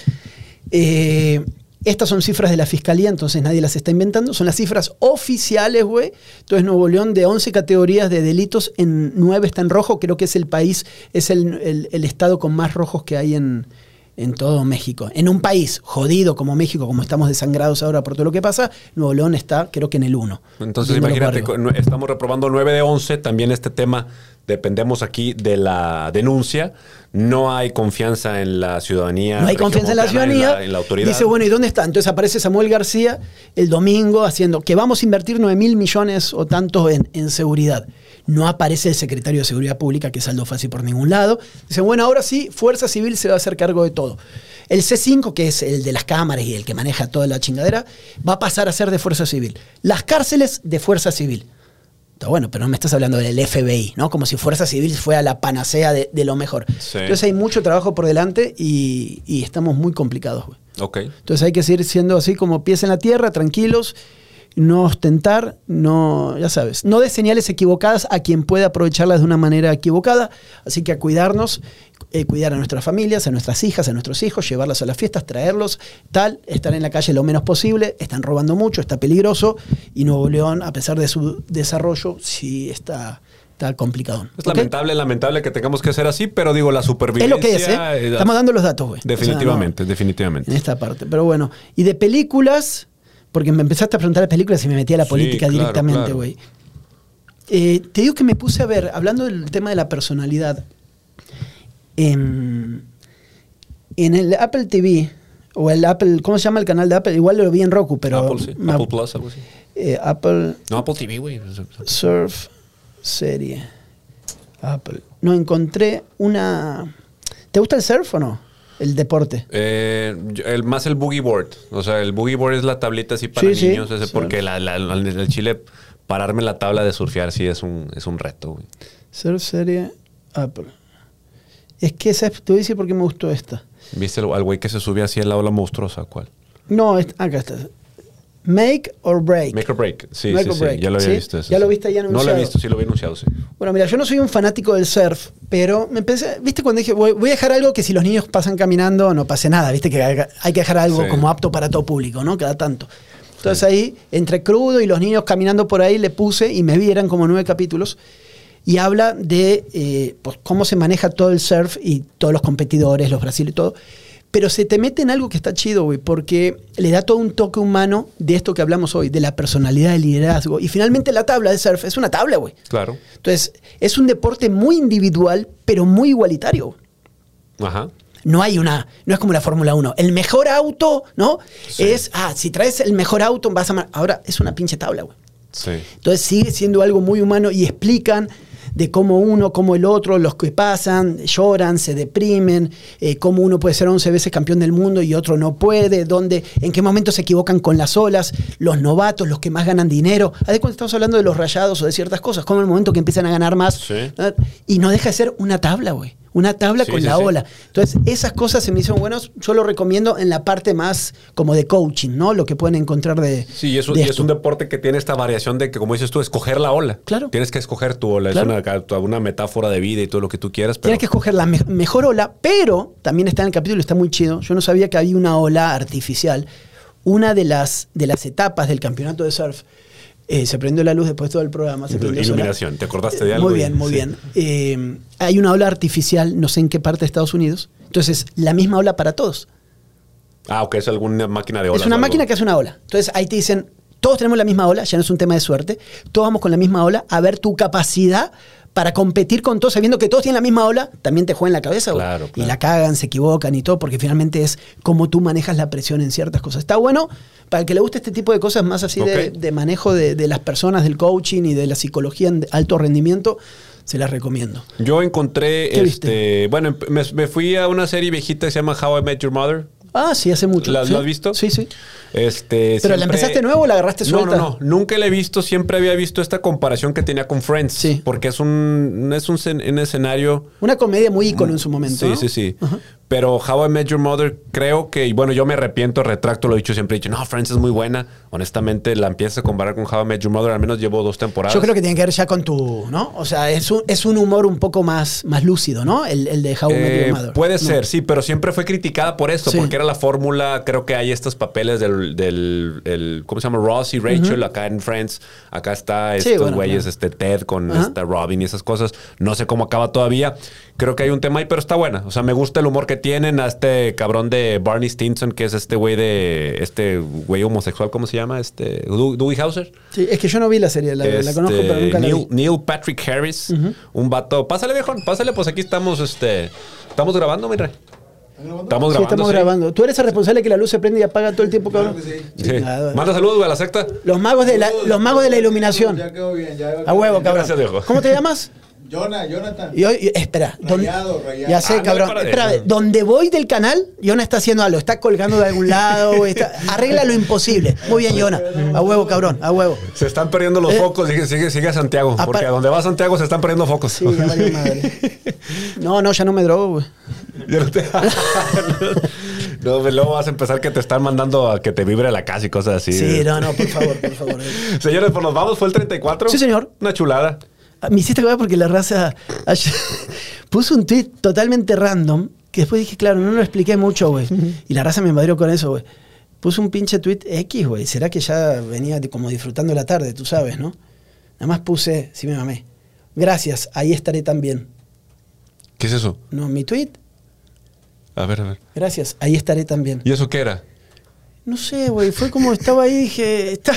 Eh, estas son cifras de la Fiscalía, entonces nadie las está inventando. Son las cifras oficiales, güey. Entonces Nuevo León, de once categorías de delitos, en nueve está en rojo. Creo que es el país, es el, el- el estado con más rojos que hay en, en todo México. En un país jodido como México, como estamos desangrados ahora por todo lo que pasa, Nuevo León está, creo que en el uno. Entonces, Viéndolo imagínate, por arriba. co- estamos reprobando nueve de once. También este tema, dependemos aquí de la denuncia. No hay confianza en la ciudadanía. No hay confianza en la regiomontana, ciudadanía. En la, en la autoridad. Dice, bueno, ¿y dónde está? Entonces aparece Samuel García el domingo haciendo que vamos a invertir nueve mil millones o tantos en, en seguridad. No aparece el secretario de Seguridad Pública, que es saldo fácil por ningún lado. Dice, bueno, ahora sí, Fuerza Civil se va a hacer cargo de todo. El C cinco, que es el de las cámaras y el que maneja toda la chingadera, va a pasar a ser de Fuerza Civil. Las cárceles de Fuerza Civil. Está bueno, pero no me estás hablando del F B I, ¿no? Como si Fuerza Civil fuera la panacea de, de lo mejor. Sí. Entonces hay mucho trabajo por delante y, y estamos muy complicados, güey. Ok. Entonces hay que seguir siendo así como pies en la tierra, tranquilos, no ostentar, no, ya sabes, no des señales equivocadas a quien pueda aprovecharlas de una manera equivocada. Así que a cuidarnos, eh, cuidar a nuestras familias, a nuestras hijas, a nuestros hijos, llevarlos a las fiestas, traerlos, tal, estar en la calle lo menos posible. Están robando mucho, está peligroso y Nuevo León, a pesar de su desarrollo, sí está... Está complicado. Es ¿Okay? lamentable, lamentable que tengamos que hacer así, pero digo, la Es supervivencia... lo que es, ¿eh? eh, Estamos dando los datos, güey. Definitivamente, O sea, no, definitivamente. en esta parte. Pero bueno, y de películas, porque me empezaste a preguntar de películas y me metí a la Sí, política claro, directamente, claro. güey. Eh, te digo que me puse a ver, hablando del tema de la personalidad, en, en el Apple T V, o el Apple, ¿cómo se llama el canal de Apple? Igual lo vi en Roku, pero... Apple, sí. me- Apple Plus, algo así. eh, Apple No, Apple T V, güey. Surf Serie. Apple. No, encontré una... ¿Te gusta el surf o no? El deporte. Eh, yo- el, más el boogie board. O sea, el boogie board es la tablita así para Sí, sí. niños. Ese Sí. porque la, la- la- en el Chile, pararme en la tabla de surfear sí es un, es un reto, güey. Surf Serie Apple. Es que, ¿sabes? Te voy a decir por qué me gustó esta. ¿Viste el- al güey que se subía así en la ola monstruosa? ¿Cuál? No, es- acá está. Make or Break. Make or Break. Sí, Make sí, or sí. Break, Ya lo había ¿sí? visto. ese, ¿Ya lo sí. viste ahí No lo anunciado? he visto, sí lo vi anunciado, sí. Bueno, mira, yo no soy un fanático del surf, pero me empecé, viste cuando dije, voy, voy a dejar algo que si los niños pasan caminando no pase nada, viste que hay hay que dejar algo Sí. como apto para todo público, ¿no? Cada tanto. Entonces ahí, entre crudo y los niños caminando por ahí, le puse y me vi, eran como nueve capítulos, y habla de eh, pues, cómo se maneja todo el surf y todos los competidores, los brasileños y todo. Pero se te mete en algo que está chido, güey, porque le da todo un toque humano de esto que hablamos hoy, de la personalidad, del liderazgo. Y finalmente la tabla de surf es una tabla, güey. Claro. Entonces, es un deporte muy individual, pero muy igualitario. Ajá. No hay una, no es como la Fórmula uno. El mejor auto, ¿no? Sí. Es, ah, si traes el mejor auto, vas a... mar- Ahora, es una pinche tabla, güey. Sí. Entonces sigue siendo algo muy humano y explican de cómo uno, cómo el otro, los que pasan, lloran, se deprimen, eh, cómo uno puede ser once veces campeón del mundo y otro no puede, dónde, en qué momento se equivocan con las olas, los novatos, los que más ganan dinero. Además, cuando estamos hablando de los rayados o de ciertas cosas, como el momento que empiezan a ganar más. Sí. ¿no? Y no deja de ser una tabla, güey. Una tabla Sí, con sí, la sí. ola. Entonces, esas cosas se me hicieron buenos. Yo lo recomiendo en la parte más como de coaching, ¿no? Lo que pueden encontrar de. Sí, y es, un, de y es esto. un deporte que tiene esta variación de que, como dices tú, escoger la ola. Claro. Tienes que escoger tu ola. Claro. Es una, una metáfora de vida y todo lo que tú quieras. Pero Tienes que escoger la me- mejor ola, pero también está en el capítulo, está muy chido. Yo no sabía que había una ola artificial. Una de las, de las etapas del campeonato de surf, eh, se prendió la luz después de todo el programa. Se prendió sola. Iluminación. ¿Te acordaste de algo? Muy bien, muy Sí. bien. Eh, hay una ola artificial, no sé en qué parte de Estados Unidos. Entonces, la misma ola para todos. Ah, ok, es alguna máquina de olas. Es una o algo. máquina que hace una ola. Entonces, ahí te dicen, todos tenemos la misma ola, ya no es un tema de suerte. Todos vamos con la misma ola. A ver tu capacidad para competir con todos, sabiendo que todos tienen la misma ola, también te juega en la cabeza. güey. Claro, Y claro. la cagan, se equivocan y todo, porque finalmente es cómo tú manejas la presión en ciertas cosas. Está bueno para el que le guste este tipo de cosas más así de, Ok. de manejo de, de las personas, del coaching y de la psicología en alto rendimiento, se las recomiendo. Yo encontré, ¿Qué este, bueno, me, me fui a una serie viejita que se llama How I Met Your Mother. Ah, sí, hace mucho. ¿La- ¿Sí? la has visto? Sí, sí. Este, ¿Pero la empezaste nuevo o la agarraste No, suelta? no, no. Nunca la he visto. Siempre había visto esta comparación que tenía con Friends. Sí. Porque es un, es un, cen- un escenario... Una comedia muy ícono en su momento. Sí, ¿no? sí, sí. Ajá. Pero How I Met Your Mother, creo que, y bueno, yo me arrepiento, retracto, lo he dicho siempre, he dicho, no, Friends es muy buena. Honestamente, la empiezas a comparar con How I Met Your Mother, al menos llevo dos temporadas. Yo creo que tiene que ver ya con tu, ¿no? O sea, es un, es un humor un poco más, más lúcido, ¿no? El, el de How I Met Eh, Your Mother. puede No. ser, sí, pero siempre fue criticada por esto, Sí. porque era la fórmula, creo que hay estos papeles del, del el, ¿cómo se llama? Ross y Rachel, acá en Friends, acá está Sí, estos bueno, güeyes, claro. este Ted con Ajá. esta Robin y esas cosas. No sé cómo acaba todavía. Creo que hay un tema ahí, pero está buena. O sea, me gusta el humor que tienen a este cabrón de Barney Stinson, que es este güey de, este güey homosexual, ¿cómo se llama? Este, Du- Dewey Hauser. Sí, es que yo no vi la serie, la, la Este, conozco, pero nunca la Neil, vi. Neil Patrick Harris, un vato. Pásale, viejón, pásale, pues aquí estamos, este, estamos grabando, mi rey. Estamos Sí, grabando. estamos sí. grabando. ¿Tú eres el responsable de que la luz se prende y apaga todo el tiempo, cabrón? Sí. Chingado. Manda saludos, güey, a la secta. Los magos de la, los magos de la iluminación. Ya quedó bien, ya A huevo, cabrón. Gracias, viejo. ¿Cómo te llamas? Jonah, Jonathan. Y hoy, y- espera, don- Rayado, rayado. ya sé, Ándale cabrón. para Espera, adentro. donde voy del canal, Yona está haciendo algo, está colgando de algún lado, güey, está- arregla lo imposible. Muy bien, Yona. A huevo, cabrón, a huevo. Se están perdiendo los Eh. focos. Sigue, sigue, sigue a Santiago. Apar- Porque a donde va Santiago se están perdiendo focos. Sí, ya valió madre. No, no, ya no me drogo, güey. Ya no, te... no, pues luego vas a empezar que te están mandando a que te vibre la casa y cosas así. Sí, no, no, por favor, por favor. Señores, pues nos vamos. ¿Fue el treinta y cuatro? Sí, señor. Una chulada. Ah, me hiciste acordar porque la raza ayer puso un tweet totalmente random que después dije, claro, no lo expliqué mucho, güey. Y la raza me madrió con eso, güey. Puso un pinche tweet X, güey. ¿Será que ya venía de- como disfrutando la tarde, tú sabes, no? Nada más puse, sí me mamé. Gracias, ahí estaré también. ¿Qué es eso? No, mi tweet, A ver, a ver. gracias, ahí estaré también. ¿Y eso qué era? No sé, güey, fue como estaba ahí, dije, está...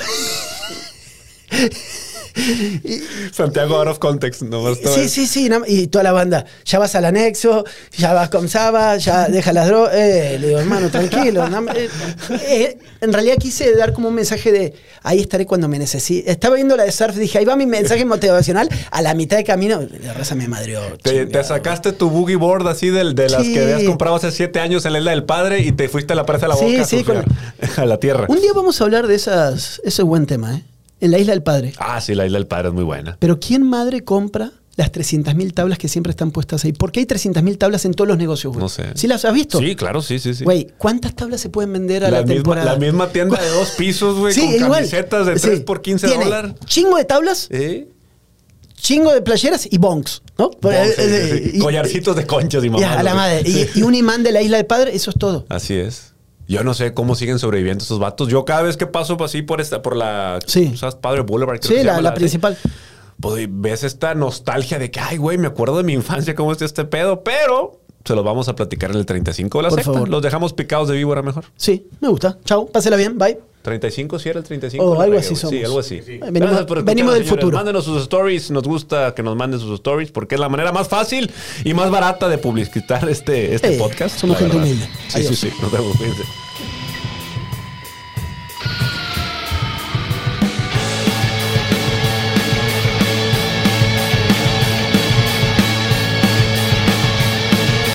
Santiago out of context. Nomás todo Sí, eso. sí, sí, nada más- y toda la banda, ya vas al anexo, ya vas con Saba, ya deja las drogas, eh, le digo, hermano, tranquilo. nada más, eh, eh, en realidad quise dar como un mensaje de, ahí estaré cuando me necesite. Estaba viendo la de surf, dije, ahí va mi mensaje motivacional, a la mitad de camino, la raza me madrió. Te, te chingado. sacaste tu boogie board así del- de, las Sí. que habías comprado hace siete años en la isla del padre y te fuiste a la presa de la Sí, boca sí, a, surfear a la tierra. Un día vamos a hablar de esas, ese es buen tema, ¿eh? En la Isla del Padre. Ah, sí, la isla del padre es muy buena. Pero ¿quién madre compra las trescientas mil tablas que siempre están puestas ahí? ¿Por qué hay trescientas mil tablas en todos los negocios, güey? No sé. ¿Sí las has visto? Sí, claro, sí, sí, sí. Güey, ¿cuántas tablas se pueden vender a la, la, misma, temporada? la misma tienda de dos pisos, güey, Sí, con igual. camisetas de Sí. tres por quince Tiene dólares. Chingo de tablas, ¿Eh? chingo de playeras y bonks, ¿no? No, sí, sí, Eh, sí. y- Collarcitos de conchas y y mamadas. a la güey. madre. Y, y un imán de la Isla del Padre, eso es todo. Así es. Yo no sé cómo siguen sobreviviendo estos vatos. Yo cada vez que paso así por esta, por la Sí. ¿sabes? Padre Boulevard, creo Sí, que se la, llama la principal. pues ves esta nostalgia de que, ay, güey, me acuerdo de mi infancia, cómo está este pedo, pero se los vamos a platicar en el treinta y cinco de la Por secta. favor. Los dejamos picados de víbora mejor. Sí, me gusta. Chao, pásela bien, bye. treinta y cinco, sí era el treinta y cinco. Oh, la algo regué, así güey. somos. Sí, algo así. Venimos- Gracias por escucharnos, venimos del señores. futuro. Mándenos sus stories. Nos gusta que nos manden sus stories porque es la manera más fácil y más barata de publicitar este, este Eh, podcast. somos la gente verdad. humilde. Sí, Adiós. sí, sí. Nos vemos. Cuídense.